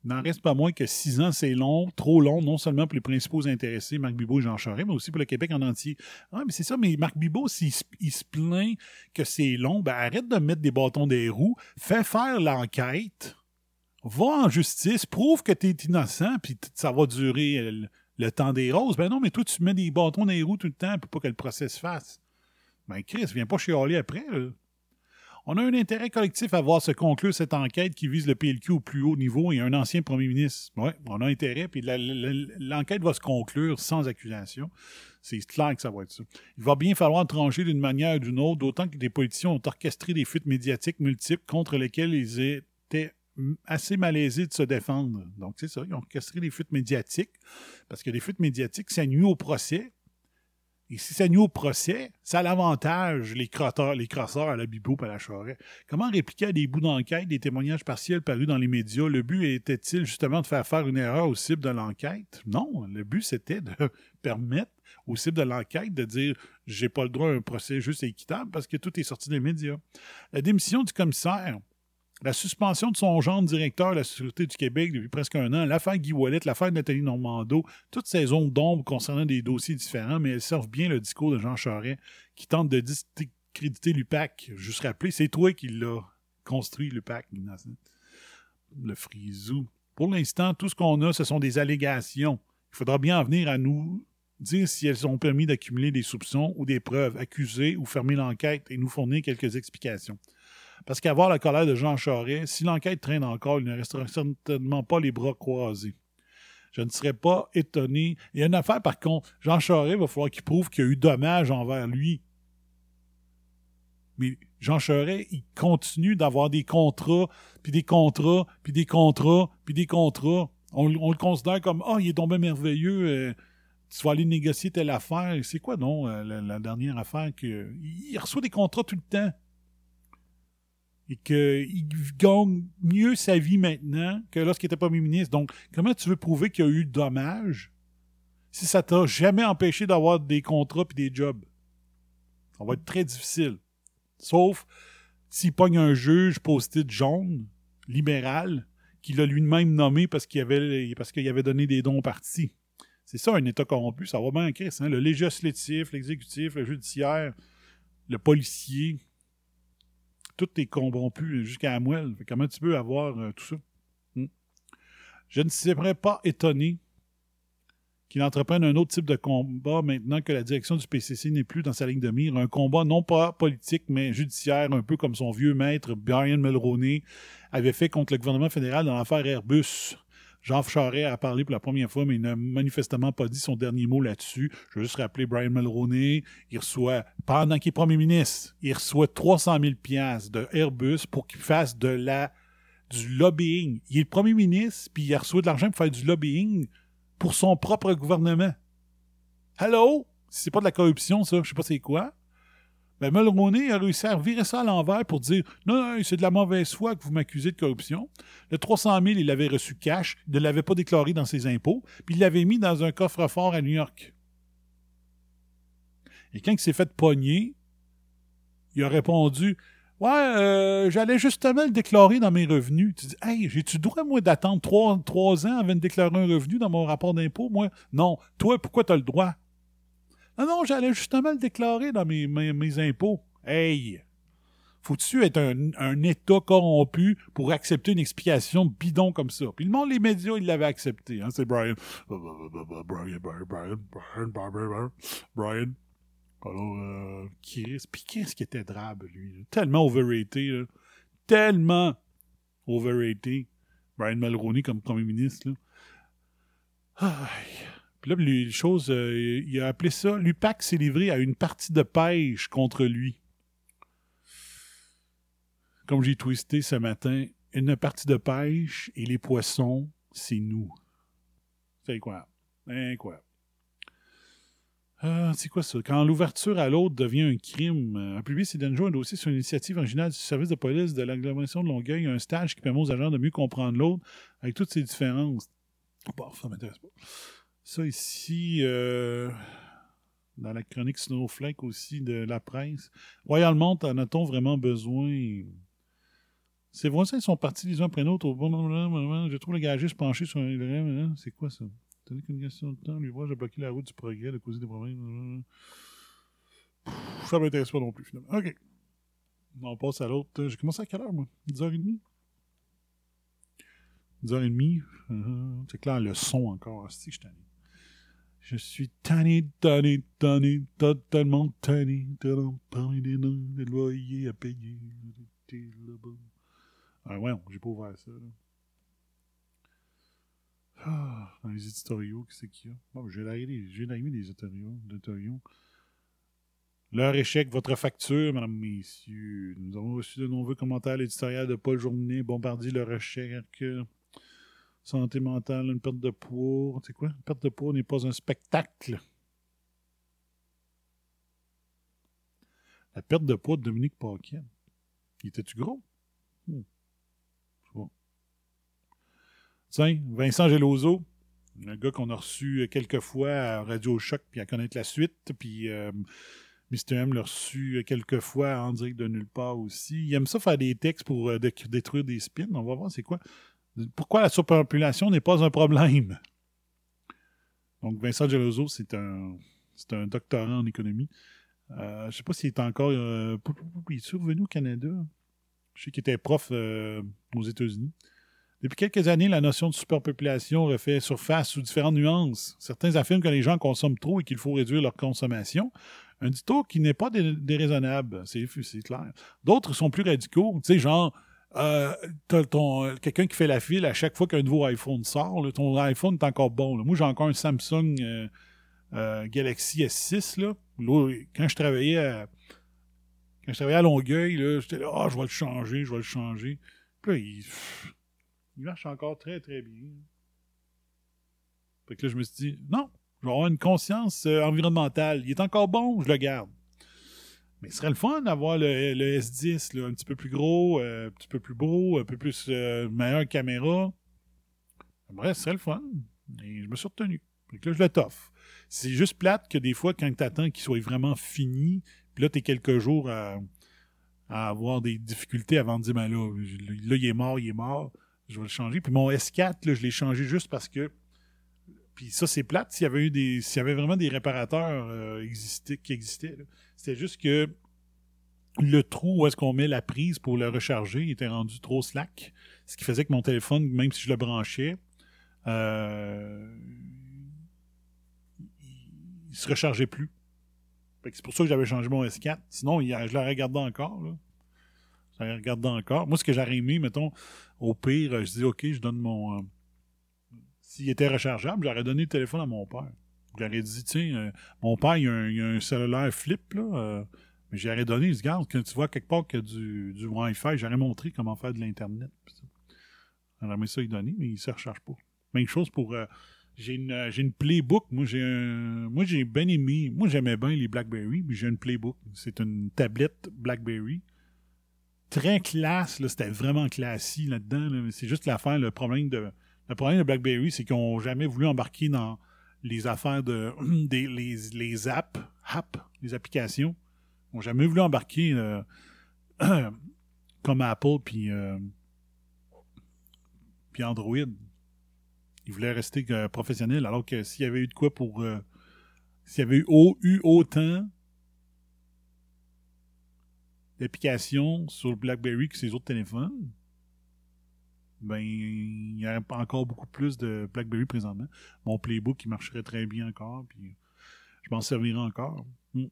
Il n'en reste pas moins que 6 ans, c'est long, trop long, non seulement pour les principaux intéressés, Marc Bibeau et Jean Charest, mais aussi pour le Québec en entier. Ah, mais c'est ça, mais Marc Bibeau, s'il se plaint que c'est long, ben arrête de mettre des bâtons des roues, fais faire l'enquête, va en justice, prouve que tu es innocent, puis ça va durer le temps des roses. Ben non, mais toi, tu mets des bâtons dans les roues tout le temps pour pas que le procès se fasse. Ben Chris, viens pas chialer après, là. On a un intérêt collectif à voir se conclure cette enquête qui vise le PLQ au plus haut niveau et un ancien premier ministre. Oui, on a intérêt, puis l'enquête va se conclure sans accusation. C'est clair que ça va être ça. Il va bien falloir trancher d'une manière ou d'une autre, d'autant que des politiciens ont orchestré des fuites médiatiques multiples contre lesquelles ils étaient assez malaisés de se défendre. Donc, c'est ça, ils ont orchestré des fuites médiatiques, parce que les fuites médiatiques, ça nuit au procès. Et si ça nuit au procès, ça a l'avantage les crosseurs à la Bibeau et à la Charest. Comment répliquer à des bouts d'enquête des témoignages partiels parus dans les médias? Le but était-il justement de faire une erreur aux cibles de l'enquête? Non, le but c'était de permettre aux cibles de l'enquête de dire « j'ai pas le droit à un procès juste et équitable » parce que tout est sorti des médias. La démission du commissaire, la suspension de son gendre directeur de la Sûreté du Québec depuis presque un an, l'affaire Guy Ouellet, l'affaire Nathalie Normando, toutes ces zones d'ombre concernant des dossiers différents, mais elles servent bien le discours de Jean Charest qui tente de discréditer l'UPAC. Juste rappeler, c'est toi qui l'as construit, l'UPAC, le frisou. Pour l'instant, tout ce qu'on a, ce sont des allégations. Il faudra bien en venir à nous dire si elles ont permis d'accumuler des soupçons ou des preuves, accuser ou fermer l'enquête et nous fournir quelques explications. Parce qu'à voir la colère de Jean Charest, si l'enquête traîne encore, il ne restera certainement pas les bras croisés. Je ne serais pas étonné. Il y a une affaire, par contre, Jean Charest, il va falloir qu'il prouve qu'il y a eu dommage envers lui. Mais Jean Charest, il continue d'avoir des contrats, puis des contrats, puis des contrats, puis des contrats. On le considère comme « Ah, il est tombé merveilleux, tu vas aller négocier telle affaire. » C'est quoi, non, la dernière affaire? Il reçoit des contrats tout le temps. Et qu'il gagne mieux sa vie maintenant que lorsqu'il était premier ministre. Donc, comment tu veux prouver qu'il y a eu dommage si ça t'a jamais empêché d'avoir des contrats et des jobs? Ça va être très difficile. Sauf s'il pogne un juge post-it jaune, libéral, qu'il a lui-même nommé parce qu'il avait donné des dons aux partis. C'est ça, un État corrompu. Ça va bien en crise. Hein? Le législatif, l'exécutif, le judiciaire, le policier... Tout est corrompu jusqu'à la moelle. Comment tu peux avoir tout ça? Je ne serais pas étonné qu'il entreprenne un autre type de combat maintenant que la direction du PCC n'est plus dans sa ligne de mire. Un combat non pas politique, mais judiciaire, un peu comme son vieux maître Brian Mulroney avait fait contre le gouvernement fédéral dans l'affaire Airbus. Jean Charest a parlé pour la première fois, mais il n'a manifestement pas dit son dernier mot là-dessus. Je veux juste rappeler Brian Mulroney, il reçoit, pendant qu'il est premier ministre, il reçoit 300 000 $ de Airbus pour qu'il fasse du lobbying. Il est le premier ministre, puis il reçoit de l'argent pour faire du lobbying pour son propre gouvernement. Hello? Si c'est pas de la corruption, ça, je sais pas c'est quoi. Ben Mulroney a réussi à virer ça à l'envers pour dire « Non, c'est de la mauvaise foi que vous m'accusez de corruption. » Le 300 000, il l'avait reçu cash, il ne l'avait pas déclaré dans ses impôts, puis il l'avait mis dans un coffre-fort à New York. Et quand il s'est fait pogner, il a répondu « Ouais, j'allais justement le déclarer dans mes revenus. » Tu dis « Hey, j'ai-tu le droit, moi, d'attendre 3 ans avant de déclarer un revenu dans mon rapport d'impôt, moi? » Non. Toi, pourquoi tu as le droit? Non, j'allais justement le déclarer dans mes impôts. Hey! Faut-tu être un État corrompu pour accepter une explication bidon comme ça? Puis le monde, les médias, ils l'avaient accepté. Hein? C'est Brian. Alors, Chris. Puis qu'est-ce qui était drabe, lui? Là? Tellement overrated. Là. Tellement overrated. Brian Mulroney comme premier ministre. Là. Puis là, les choses, il a appelé ça, l'UPAC s'est livré à une partie de pêche contre lui. Comme j'ai twisté ce matin, une partie de pêche et les poissons, c'est nous. C'est incroyable. Incroyable. C'est quoi ça? Quand l'ouverture à l'autre devient un crime, un public s'est donné un dossier sur l'initiative originale du service de police de l'agglomération de Longueuil, un stage qui permet aux agents de mieux comprendre l'autre avec toutes ses différences. Bon, ça m'intéresse pas. Ça ici, dans la chronique Snowflake aussi de la presse. Royal Mount, en a-t-on vraiment besoin? Ses voisins sont partis les uns après l'autre au bon moment. Je trouve le garagiste penché sur un... C'est quoi ça? Tenez qu'une question de temps, lui voir, j'ai bloqué la route du progrès, de causer des problèmes. Ça m'intéresse pas non plus, finalement. OK. On passe à l'autre. J'ai commencé à quelle heure, moi? 10h30? 10h30. C'est clair, le son encore. C'est que je suis tanné. Je suis tanné, totalement tanné. Parmi des loyers à payer. Ah ouais, j'ai pas ouvert ça, là. Ah, dans les éditoriaux, qu'est-ce qu'il y a? Bon, j'ai l'arrivée des éditoriaux. Leur échec, votre facture, mesdames, messieurs. Nous avons reçu de nombreux commentaires à l'éditorial de Paul Journet, Bombardier, leur échec, santé mentale, une perte de poids. Tu sais quoi? Une perte de poids n'est pas un spectacle. La perte de poids de Dominique Paquette. Il était-tu gros? C'est bon. Tiens, Vincent Geloso, un gars qu'on a reçu quelques fois à Radio Choc, puis à connaître la suite, puis Mr. M l'a reçu quelques fois en direct de nulle part aussi. Il aime ça faire des textes pour détruire des spins. On va voir c'est quoi. Pourquoi la surpopulation n'est pas un problème? Donc, Vincent Geloso, c'est un doctorant en économie. Je ne sais pas s'il est encore... il est revenu au Canada. Je sais qu'il était prof aux États-Unis. Depuis quelques années, la notion de superpopulation refait surface sous différentes nuances. Certains affirment que les gens consomment trop et qu'il faut réduire leur consommation. Un discours qui n'est pas déraisonnable, c'est clair. D'autres sont plus radicaux. Tu sais, genre, t'as quelqu'un qui fait la file à chaque fois qu'un nouveau iPhone sort. Là, ton iPhone est encore bon. Là. Moi, j'ai encore un Samsung Galaxy S6. Là. Quand je travaillais à Longueuil, là, j'étais là, je vais le changer. Puis là, il marche encore très, très bien. Fait que là, je me suis dit, non, je vais avoir une conscience environnementale. Il est encore bon, je le garde. Mais ce serait le fun d'avoir le S10, là, un petit peu plus gros, un petit peu plus beau, un peu plus meilleure caméra. Bref, ce serait le fun. Et je me suis retenu. Fait que là, je le t'offre. C'est juste plate que des fois, quand tu attends qu'il soit vraiment fini, puis là, tu es quelques jours à avoir des difficultés avant de dire, ben là, il est mort. Je vais le changer. Puis mon S4, là, je l'ai changé juste parce que... Puis ça, c'est plate. S'il y avait vraiment des réparateurs qui existaient, là. C'était juste que le trou où est-ce qu'on met la prise pour le recharger était rendu trop slack. Ce qui faisait que mon téléphone, même si je le branchais, il se rechargeait plus. Fait que c'est pour ça que j'avais changé mon S4. Sinon, je l'aurais gardé encore, là. Moi, ce que j'aurais aimé, mettons, au pire, je dis, OK, je donne mon... S'il était rechargeable, j'aurais donné le téléphone à mon père. J'aurais dit, tiens, mon père, il a un cellulaire flip, là, mais j'aurais donné, je dis, regarde, quand tu vois quelque part qu'il y a du Wi-Fi, j'aurais montré comment faire de l'Internet. J'aurais aimé ça lui donner, mais il ne se recharge pas. Même chose pour... j'ai une Playbook. Moi, j'ai bien aimé... Moi, j'aimais bien les BlackBerry, mais j'ai une Playbook. C'est une tablette BlackBerry. Très classe, là, c'était vraiment classique là-dedans. Là, mais c'est juste l'affaire, le problème de BlackBerry, c'est qu'ils n'ont jamais voulu embarquer dans les affaires les apps, les applications. Ils n'ont jamais voulu embarquer comme Apple puis Android. Ils voulaient rester professionnels, alors que s'il y avait eu de quoi pour... s'il y avait eu autant d'applications sur le BlackBerry que ces autres téléphones, ben, il y aurait encore beaucoup plus de BlackBerry présentement. Mon Playbook, il marcherait très bien encore, puis je m'en servirai encore.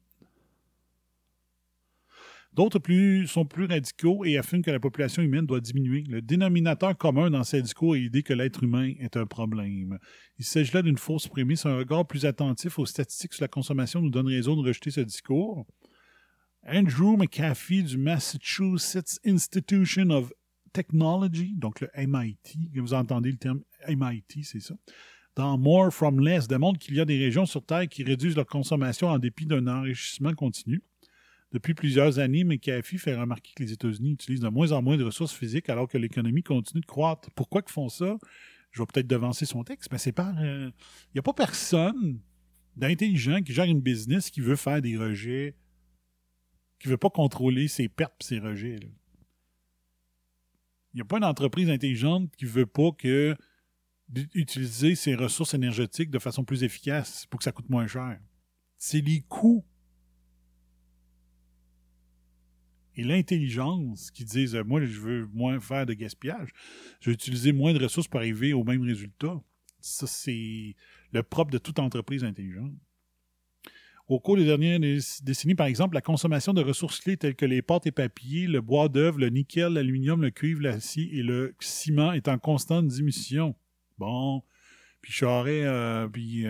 D'autres sont plus radicaux et affirment que la population humaine doit diminuer. Le dénominateur commun dans ces discours est l'idée que l'être humain est un problème. Il s'agit là d'une fausse prémisse. Un regard plus attentif aux statistiques sur la consommation nous donne raison de rejeter ce discours. Andrew McAfee du Massachusetts Institution of Technology, donc le MIT, vous entendez le terme MIT, c'est ça, dans More from Less, démontre qu'il y a des régions sur Terre qui réduisent leur consommation en dépit d'un enrichissement continu. Depuis plusieurs années, McAfee fait remarquer que les États-Unis utilisent de moins en moins de ressources physiques alors que l'économie continue de croître. Pourquoi ils font ça? Je vais peut-être devancer son texte, mais c'est par... Il n'y a pas personne d'intelligent qui gère une business qui veut faire des rejets, qui ne veut pas contrôler ses pertes et ses rejets. Là. Il n'y a pas une entreprise intelligente qui ne veut pas que d'utiliser ses ressources énergétiques de façon plus efficace pour que ça coûte moins cher. C'est les coûts et l'intelligence qui disent « Moi, je veux moins faire de gaspillage. Je veux utiliser moins de ressources pour arriver au même résultat. » Ça, c'est le propre de toute entreprise intelligente. Au cours des dernières décennies, par exemple, la consommation de ressources clés telles que les pâtes et papiers, le bois d'œuvre, le nickel, l'aluminium, le cuivre, l'acier et le ciment est en constante diminution. Bon, puis Charest,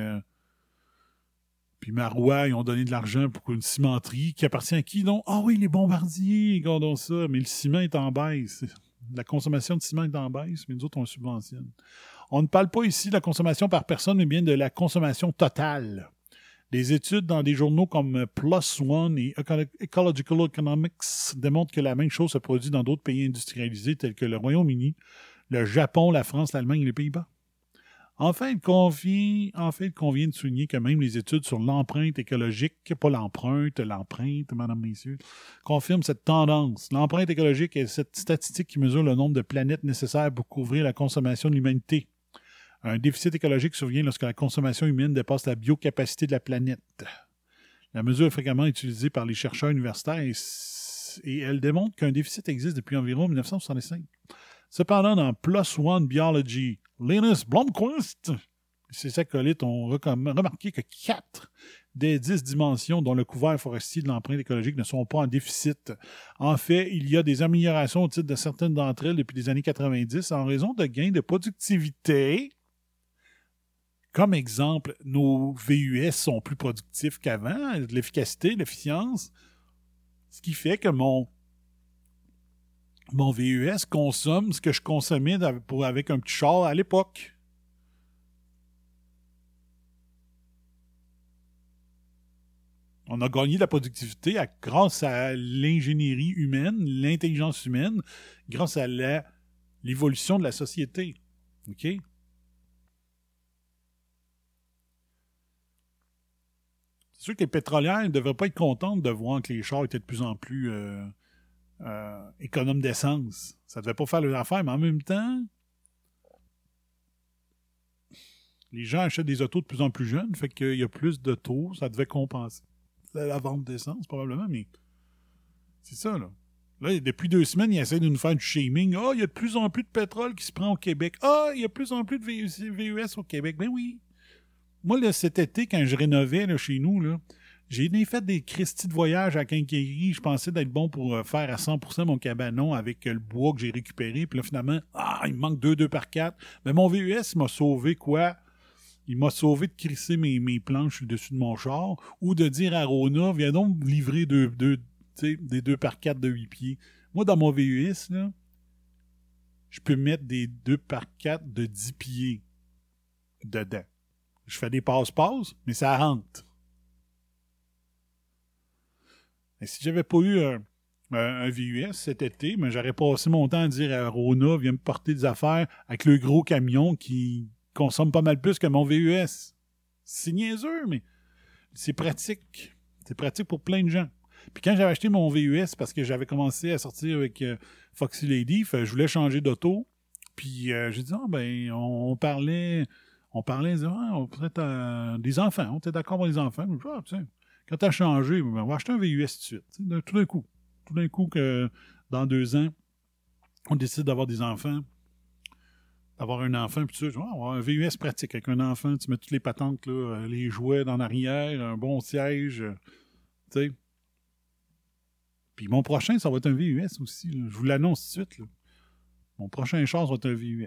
puis Marois, ils ont donné de l'argent pour une cimenterie qui appartient à qui, non? Ah oui, les bombardiers, regardons ça, mais le ciment est en baisse. La consommation de ciment est en baisse, mais nous autres, on le subventionne. On ne parle pas ici de la consommation par personne, mais bien de la consommation totale. Des études dans des journaux comme PLOS ONE et Ecological Economics démontrent que la même chose se produit dans d'autres pays industrialisés tels que le Royaume-Uni, le Japon, la France, l'Allemagne et les Pays-Bas. Enfin, il convient de souligner que même les études sur l'empreinte écologique, pas l'empreinte, mesdames, messieurs, confirment cette tendance. L'empreinte écologique est cette statistique qui mesure le nombre de planètes nécessaires pour couvrir la consommation de l'humanité. Un déficit écologique survient lorsque la consommation humaine dépasse la biocapacité de la planète. La mesure est fréquemment utilisée par les chercheurs universitaires et elle démontre qu'un déficit existe depuis environ 1965. Cependant, dans PLOS ONE Biology, Linus Blomquist et ses acolytes ont remarqué que 4 des 10 dimensions dont le couvert forestier de l'empreinte écologique ne sont pas en déficit. En fait, il y a des améliorations au titre de certaines d'entre elles depuis les années 90 en raison de gains de productivité. Comme exemple, nos VUS sont plus productifs qu'avant, de l'efficacité, de l'efficience, ce qui fait que mon VUS consomme ce que je consommais avec un petit char à l'époque. On a gagné de la productivité grâce à l'ingénierie humaine, l'intelligence humaine, grâce à l'évolution de la société. OK? C'est sûr que les pétrolières ne devraient pas être contentes de voir que les chars étaient de plus en plus économes d'essence. Ça ne devait pas faire leur affaire, mais en même temps, les gens achètent des autos de plus en plus jeunes, fait qu'il y a plus d'autos, ça devait compenser la vente d'essence, probablement, mais c'est ça, là. Là, depuis 2 semaines, ils essaient de nous faire du shaming. Ah, il y a de plus en plus de pétrole qui se prend au Québec. Ah, il y a de plus en plus de VUS au Québec. Ben oui. Moi, là, cet été, quand je rénovais là, chez nous, là, j'ai fait des cristis de voyage à quincaillerie. Je pensais d'être bon pour faire à 100% mon cabanon avec le bois que j'ai récupéré. Puis là, finalement, il me manque 2 par 4. Mais mon VUS m'a sauvé quoi? Il m'a sauvé de crisser mes planches sur le dessus de mon char ou de dire à Rona, viens donc me livrer des 2 par 4 de 8 pieds. Moi, dans mon VUS, là, je peux mettre des 2 par 4 de 10 pieds dedans. Je fais des passe-passe, mais ça rentre. Et si j'avais pas eu un VUS cet été, mais j'aurais passé mon temps à dire à Rona, viens me porter des affaires avec le gros camion qui consomme pas mal plus que mon VUS. C'est niaiseux, mais c'est pratique. C'est pratique pour plein de gens. Puis quand j'avais acheté mon VUS, parce que j'avais commencé à sortir avec Foxy Lady, je voulais changer d'auto. Puis j'ai dit, on parlait, on pourrait des enfants. On était d'accord pour les enfants. Quand tu as changé, on va acheter un VUS tout de suite. Tout d'un coup, que dans 2 ans, on décide d'avoir des enfants. D'avoir un enfant, puis on va avoir un VUS pratique avec un enfant. Tu mets toutes les patentes, là, les jouets dans l'arrière, un bon siège. Tu sais. Puis mon prochain, ça va être un VUS aussi. Là. Je vous l'annonce tout de suite. Là. Mon prochain char, ça va être un VUS.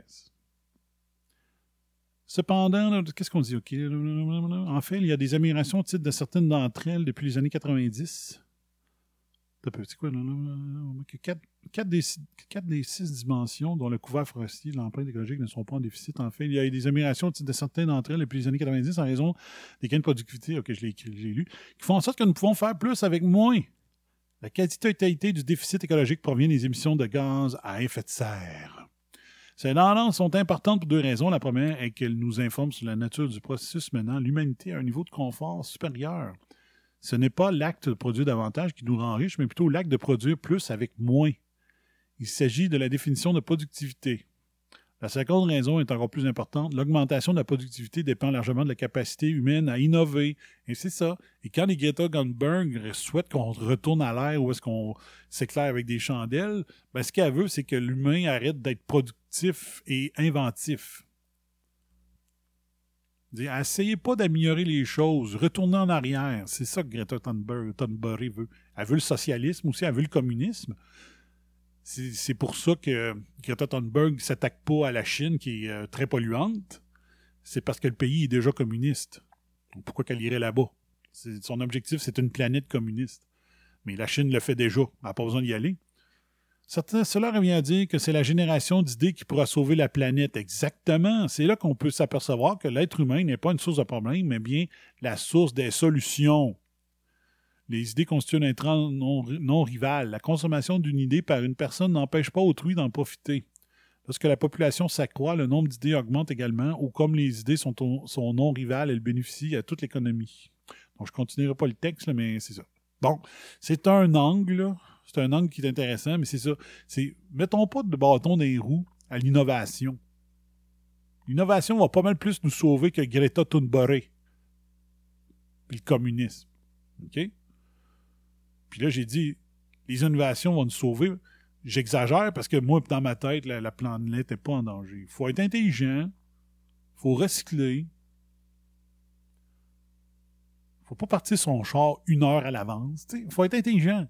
Cependant, là, qu'est-ce qu'on dit? Okay. En fait, il y a des améliorations au titre de certaines d'entre elles depuis les années 90. C'est quoi? 4 des 6 dimensions dont le couvert forestier et l'empreinte écologique ne sont pas en déficit. En fait, il y a des améliorations au titre de certaines d'entre elles depuis les années 90 en raison des gains de productivité, je l'ai lu, qui font en sorte que nous pouvons faire plus avec moins. La quasi-totalité du déficit écologique provient des émissions de gaz à effet de serre. Ces tendances sont importantes pour 2 raisons. La première est qu'elles nous informent sur la nature du processus menant l'humanité à un niveau de confort supérieur. Ce n'est pas l'acte de produire davantage qui nous rend riches, mais plutôt l'acte de produire plus avec moins. Il s'agit de la définition de productivité. La seconde raison est encore plus importante. L'augmentation de la productivité dépend largement de la capacité humaine à innover. Et c'est ça. Et quand les Greta Thunberg souhaitent qu'on retourne à l'ère où est-ce qu'on s'éclaire avec des chandelles, ben ce qu'elle veut, c'est que l'humain arrête d'être productif et inventif. Essayez pas d'améliorer les choses. Retournez en arrière. C'est ça que Greta Thunberg veut. Elle veut le socialisme aussi, elle veut le communisme. C'est pour ça que Greta Thunberg ne s'attaque pas à la Chine, qui est très polluante. C'est parce que le pays est déjà communiste. Donc pourquoi qu'elle irait là-bas? Son objectif, c'est une planète communiste. Mais la Chine le fait déjà. Elle n'a pas besoin d'y aller. Cela revient à dire que c'est la génération d'idées qui pourra sauver la planète. Exactement. C'est là qu'on peut s'apercevoir que l'être humain n'est pas une source de problème, mais bien la source des solutions. Les idées constituent un intrant non rival. La consommation d'une idée par une personne n'empêche pas autrui d'en profiter. Lorsque la population s'accroît, le nombre d'idées augmente également, ou comme les idées sont non rivales, elles bénéficient à toute l'économie. Donc, je ne continuerai pas le texte, là, mais c'est ça. Bon, c'est un angle, là. C'est un angle qui est intéressant, mais c'est ça. Mettons pas de bâton dans les roues à l'innovation. L'innovation va pas mal plus nous sauver que Greta Thunberg et le communisme. OK? Puis là, j'ai dit, les innovations vont nous sauver. J'exagère parce que moi, dans ma tête, la planète n'est pas en danger. Il faut être intelligent. Il faut recycler. Il ne faut pas partir son char 1 heure à l'avance. Il faut être intelligent.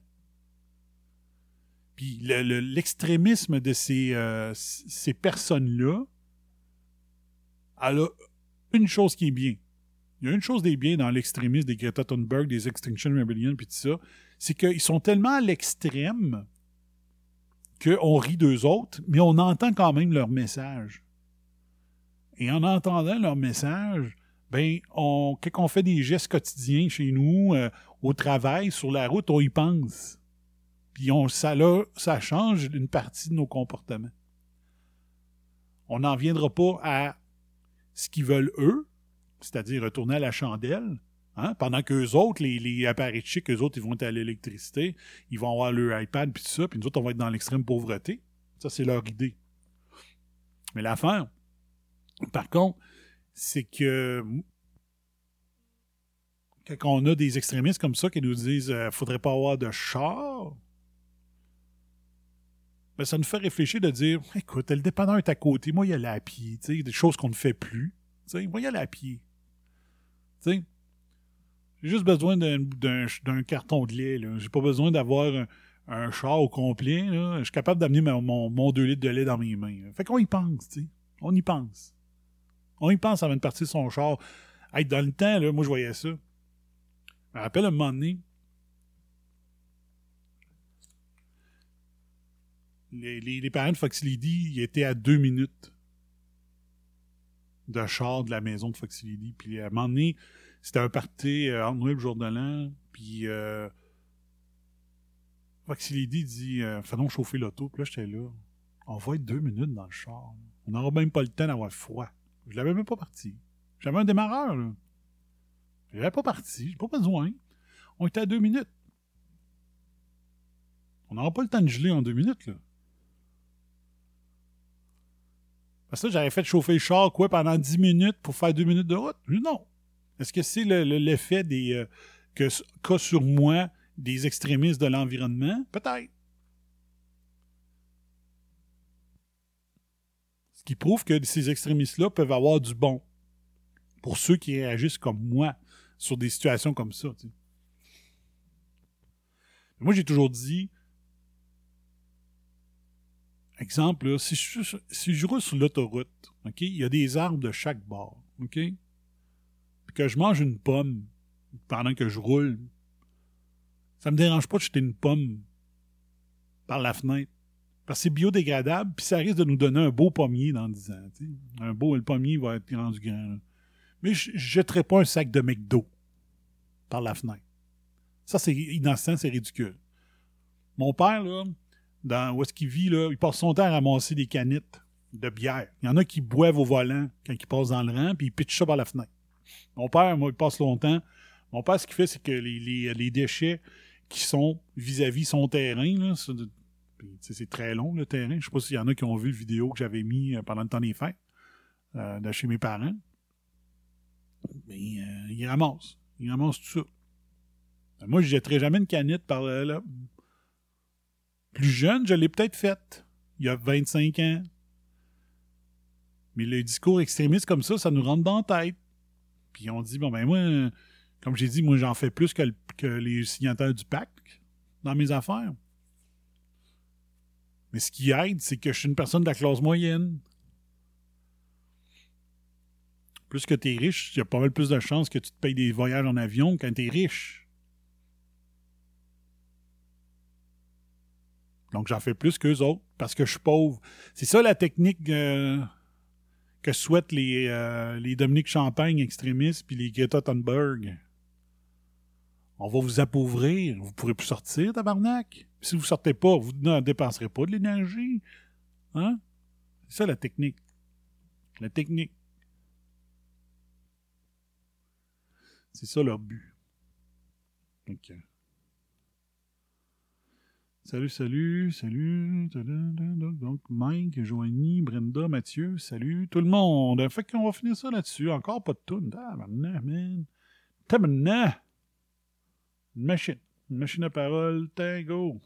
Puis l'extrémisme de ces personnes-là, elle a une chose qui est bien. Il y a une chose des biens dans l'extrémisme des Greta Thunberg, des Extinction Rebellion, puis tout ça, c'est qu'ils sont tellement à l'extrême qu'on rit d'eux autres, mais on entend quand même leur message. Et en entendant leur message, ben, quand on fait des gestes quotidiens chez nous, au travail, sur la route, on y pense. Puis ça change une partie de nos comportements. On n'en viendra pas à ce qu'ils veulent eux, c'est-à-dire retourner à la chandelle, hein, pendant qu'eux autres, les appareils chics, eux autres, ils vont être à l'électricité, ils vont avoir leur iPad, puis tout ça, puis nous autres, on va être dans l'extrême pauvreté. Ça, c'est leur idée. Mais l'affaire, par contre, c'est que quand on a des extrémistes comme ça qui nous disent « faudrait pas avoir de char », ben, ça nous fait réfléchir de dire « écoute, le dépanneur est à côté, moi, il y a à pied, tu sais, des choses qu'on ne fait plus. Tu sais, moi, il y a à pied. Tu sais, j'ai juste besoin d'un carton de lait, là. J'ai pas besoin d'avoir un char au complet, là. Je suis capable d'amener mon 2 litres de lait dans mes mains. Là. Fait qu'on y pense, tu sais. On y pense. On y pense avant de partir son char. Hey, dans le temps, là, moi, je voyais ça. Je me rappelle un moment donné, les parents de Foxy Lady, ils étaient à 2 minutes de char de la maison de Foxy Lady. Puis à un moment donné, c'était un party entre Noël et le jour de l'an. Puis Foxy Lady dit fais donc chauffer l'auto. Puis là, j'étais là. On va être 2 minutes dans le char. On n'aura même pas le temps d'avoir froid. Je l'avais même pas parti. J'avais un démarreur, là. Je l'avais pas parti. J'ai pas besoin. On était à 2 minutes. On n'aura pas le temps de geler en 2 minutes, là. Parce que là, j'avais fait chauffer le char, pendant 10 minutes pour faire 2 minutes de route? Non. Est-ce que c'est l'effet qu'a sur moi des extrémistes de l'environnement? Peut-être. Ce qui prouve que ces extrémistes-là peuvent avoir du bon pour ceux qui réagissent comme moi sur des situations comme ça. Tu sais. Moi, j'ai toujours dit, exemple, là, si je roule sur l'autoroute, OK, il y a des arbres de chaque bord, OK? Puis que je mange une pomme pendant que je roule, ça me dérange pas de jeter une pomme par la fenêtre. Parce que c'est biodégradable, puis ça risque de nous donner un beau pommier dans 10 ans. T'sais. Le pommier va être rendu grand. Là. Mais je ne jetterai pas un sac de McDo par la fenêtre. Ça, c'est innocent, c'est ridicule. Mon père, là, où est-ce qu'il vit, là, il passe son temps à ramasser des canettes de bière. Il y en a qui boivent au volant quand ils passent dans le rang, puis ils pitchent ça par la fenêtre. Mon père, moi, il passe longtemps. Mon père, ce qu'il fait, c'est que les déchets qui sont vis-à-vis son terrain, là, Puis, c'est très long, le terrain. Je sais pas s'il y en a qui ont vu la vidéo que j'avais mis pendant le temps des fêtes de chez mes parents. Mais ils ramassent. Ils ramassent tout ça. Moi, je ne jetterai jamais une canette par là. Plus jeune, je l'ai peut-être faite. Il y a 25 ans. Mais le discours extrémiste comme ça nous rentre dans la tête. Puis on dit, bon, ben moi, comme j'ai dit, moi, j'en fais plus que les signataires du pacte dans mes affaires. Mais ce qui aide, c'est que je suis une personne de la classe moyenne. Plus que tu es riche, il y a pas mal plus de chances que tu te payes des voyages en avion quand tu es riche. Donc, j'en fais plus qu'eux autres parce que je suis pauvre. C'est ça la technique que souhaitent les Dominique Champagne extrémistes puis les Greta Thunberg. On va vous appauvrir. Vous ne pourrez plus sortir, tabarnak. Puis si vous ne sortez pas, vous ne dépenserez pas de l'énergie. Hein? C'est ça la technique. La technique. C'est ça leur but. Donc, salut. Donc, Mike, Joanie, Brenda, Mathieu, salut tout le monde. Fait qu'on va finir ça là-dessus. Encore pas de toune. Tabarnak. Une machine à parole. Tango.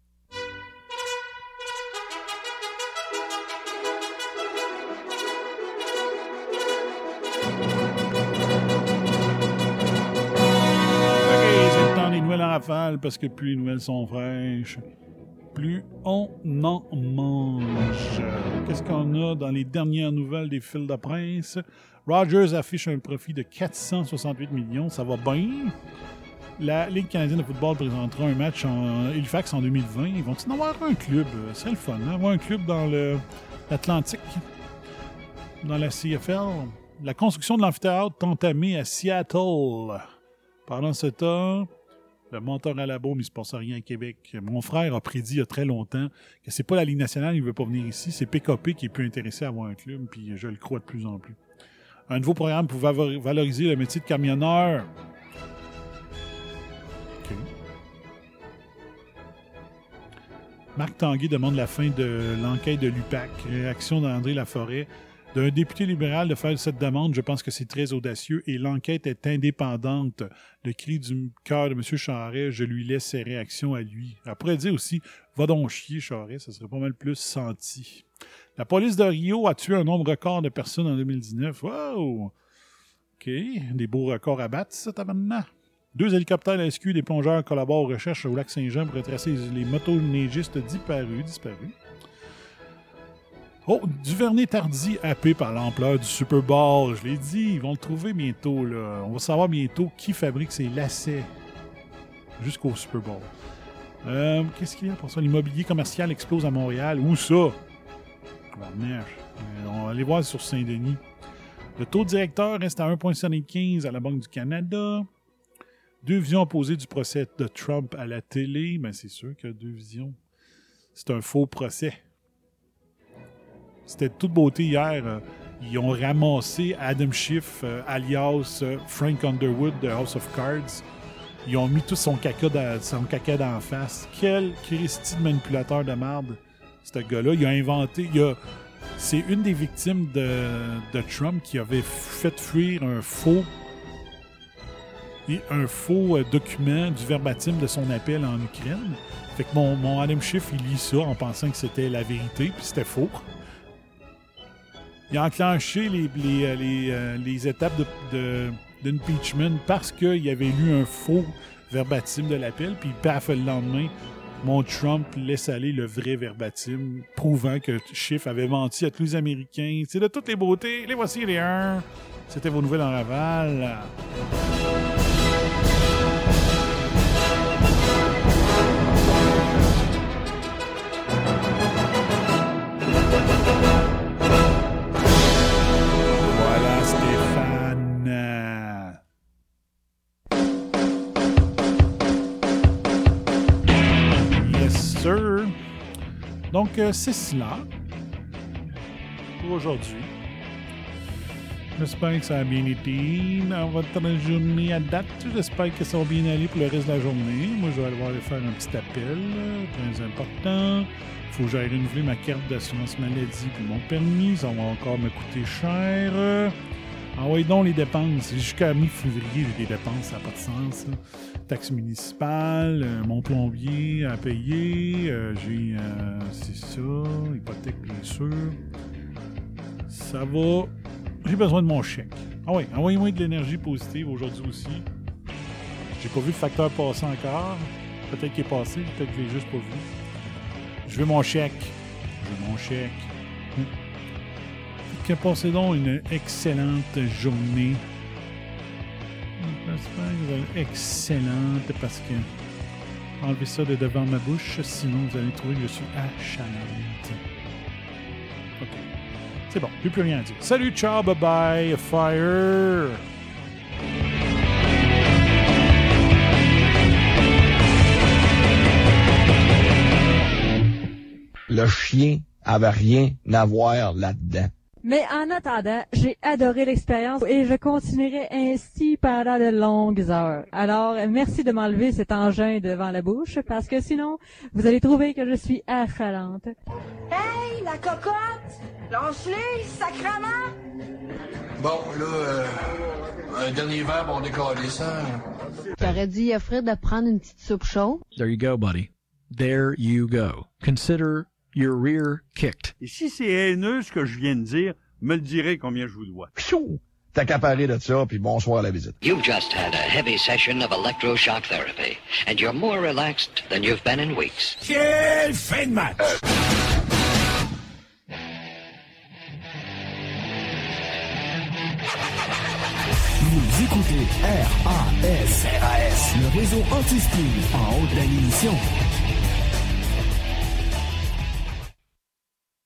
Les nouvelles en rafale, parce que plus les nouvelles sont fraîches, plus on en mange. Qu'est-ce qu'on a dans les dernières nouvelles des fils de presse? Rogers affiche un profit de 468 millions, ça va bien. La Ligue canadienne de football présentera un match en Halifax en 2020. Ils vont-ils en avoir un club? C'est le fun, hein? Avoir un club dans l'Atlantique, dans la CFL. La construction de l'amphithéâtre est entamée à Seattle. Pendant ce temps, le monteur à la bombe, il ne se passe rien à Québec. Mon frère a prédit il y a très longtemps que c'est pas la Ligue nationale, il ne veut pas venir ici. C'est PKP qui est plus intéressé à avoir un club, puis je le crois de plus en plus. Un nouveau programme pour valoriser le métier de camionneur. OK. Marc Tanguay demande la fin de l'enquête de l'UPAC. Réaction d'André Laforêt. D'un député libéral de faire cette demande, je pense que c'est très audacieux et l'enquête est indépendante. Le cri du cœur de M. Charest, je lui laisse ses réactions à lui. Elle pourrait dire aussi, va donc chier, Charest, ça serait pas mal plus senti. La police de Rio a tué un nombre record de personnes en 2019. Wow! OK, des beaux records à battre, ça, tabarnak. 2 hélicoptères de la SQ et des plongeurs collaborent aux recherches au lac Saint-Jean pour retracer les motoneigistes disparus. Oh, Duvernay-Tardy, happé par l'ampleur du Super Bowl. Je l'ai dit, ils vont le trouver bientôt, là. On va savoir bientôt qui fabrique ses lacets jusqu'au Super Bowl. Qu'est-ce qu'il y a pour ça? L'immobilier commercial explose à Montréal. Où ça? On va aller voir sur Saint-Denis. Le taux directeur reste à 1,75 à la Banque du Canada. 2 visions opposées du procès de Trump à la télé. Ben, c'est sûr qu'il y a 2 visions. C'est un faux procès. C'était de toute beauté hier. Ils ont ramassé Adam Schiff, alias Frank Underwood de House of Cards. Ils ont mis tout son caca d'en face. Quel Christy de manipulateur de merde, ce gars-là. Il a inventé... c'est une des victimes de Trump qui avait fait fuir un faux document du verbatim de son appel en Ukraine. Fait que mon Adam Schiff, il lit ça en pensant que c'était la vérité, puis c'était faux. Il a enclenché les étapes d'impeachment parce qu'il avait lu un faux verbatim de l'appel, puis paf, le lendemain, mon Trump laisse aller le vrai verbatim, prouvant que Schiff avait menti à tous les Américains. C'est de toutes les beautés. Les voici les 1. C'était vos nouvelles en rafale. Donc, c'est cela pour aujourd'hui. J'espère que ça a bien été dans votre journée à date. J'espère que ça va bien aller pour le reste de la journée. Moi, je vais aller faire un petit appel, très important. Faut que j'aille renouveler ma carte d'assurance maladie puis mon permis. Ça va encore me coûter cher. Envoyez donc les dépenses. Jusqu'à mi-février, j'ai des dépenses, ça n'a pas de sens. Là. Taxe municipale, mon plombier à payer, j'ai, c'est ça, hypothèque bien sûr. Ça va. J'ai besoin de mon chèque. Ah oui, envoyez-moi de l'énergie positive aujourd'hui aussi. J'ai pas vu le facteur passer encore. Peut-être qu'il est passé, peut-être que je l'ai juste pas vu. Je veux mon chèque. Que passez donc une excellente journée. J'espère que vous allez excellente parce que enlevez ça de devant ma bouche, sinon vous allez trouver que je suis achalante. Ok. C'est bon, j'ai plus rien à dire. Salut, ciao, bye bye, fire! Le chien avait rien à voir là-dedans. Mais en attendant, j'ai adoré l'expérience et je continuerai ainsi pendant de longues heures. Alors, merci de m'enlever cet engin devant la bouche parce que sinon, vous allez trouver que je suis affalante. Hey, la cocotte! Lâche-les, sacrement! Bon, là, un dernier verre, on décolle ça. T'aurais dit à Fred de prendre une petite soupe chaude? There you go, buddy. There you go. Consider your rear kicked. Et si c'est haineux ce que je viens de dire, me le direz combien je vous dois. Pfiou! T'as qu'à parler de ça, puis bonsoir à la visite. You've just had a heavy session of electroshock therapy, and you're more relaxed than you've been in weeks. Quelle fin de match! Vous écoutez RAS, le réseau anti-spin en haute de l'émission.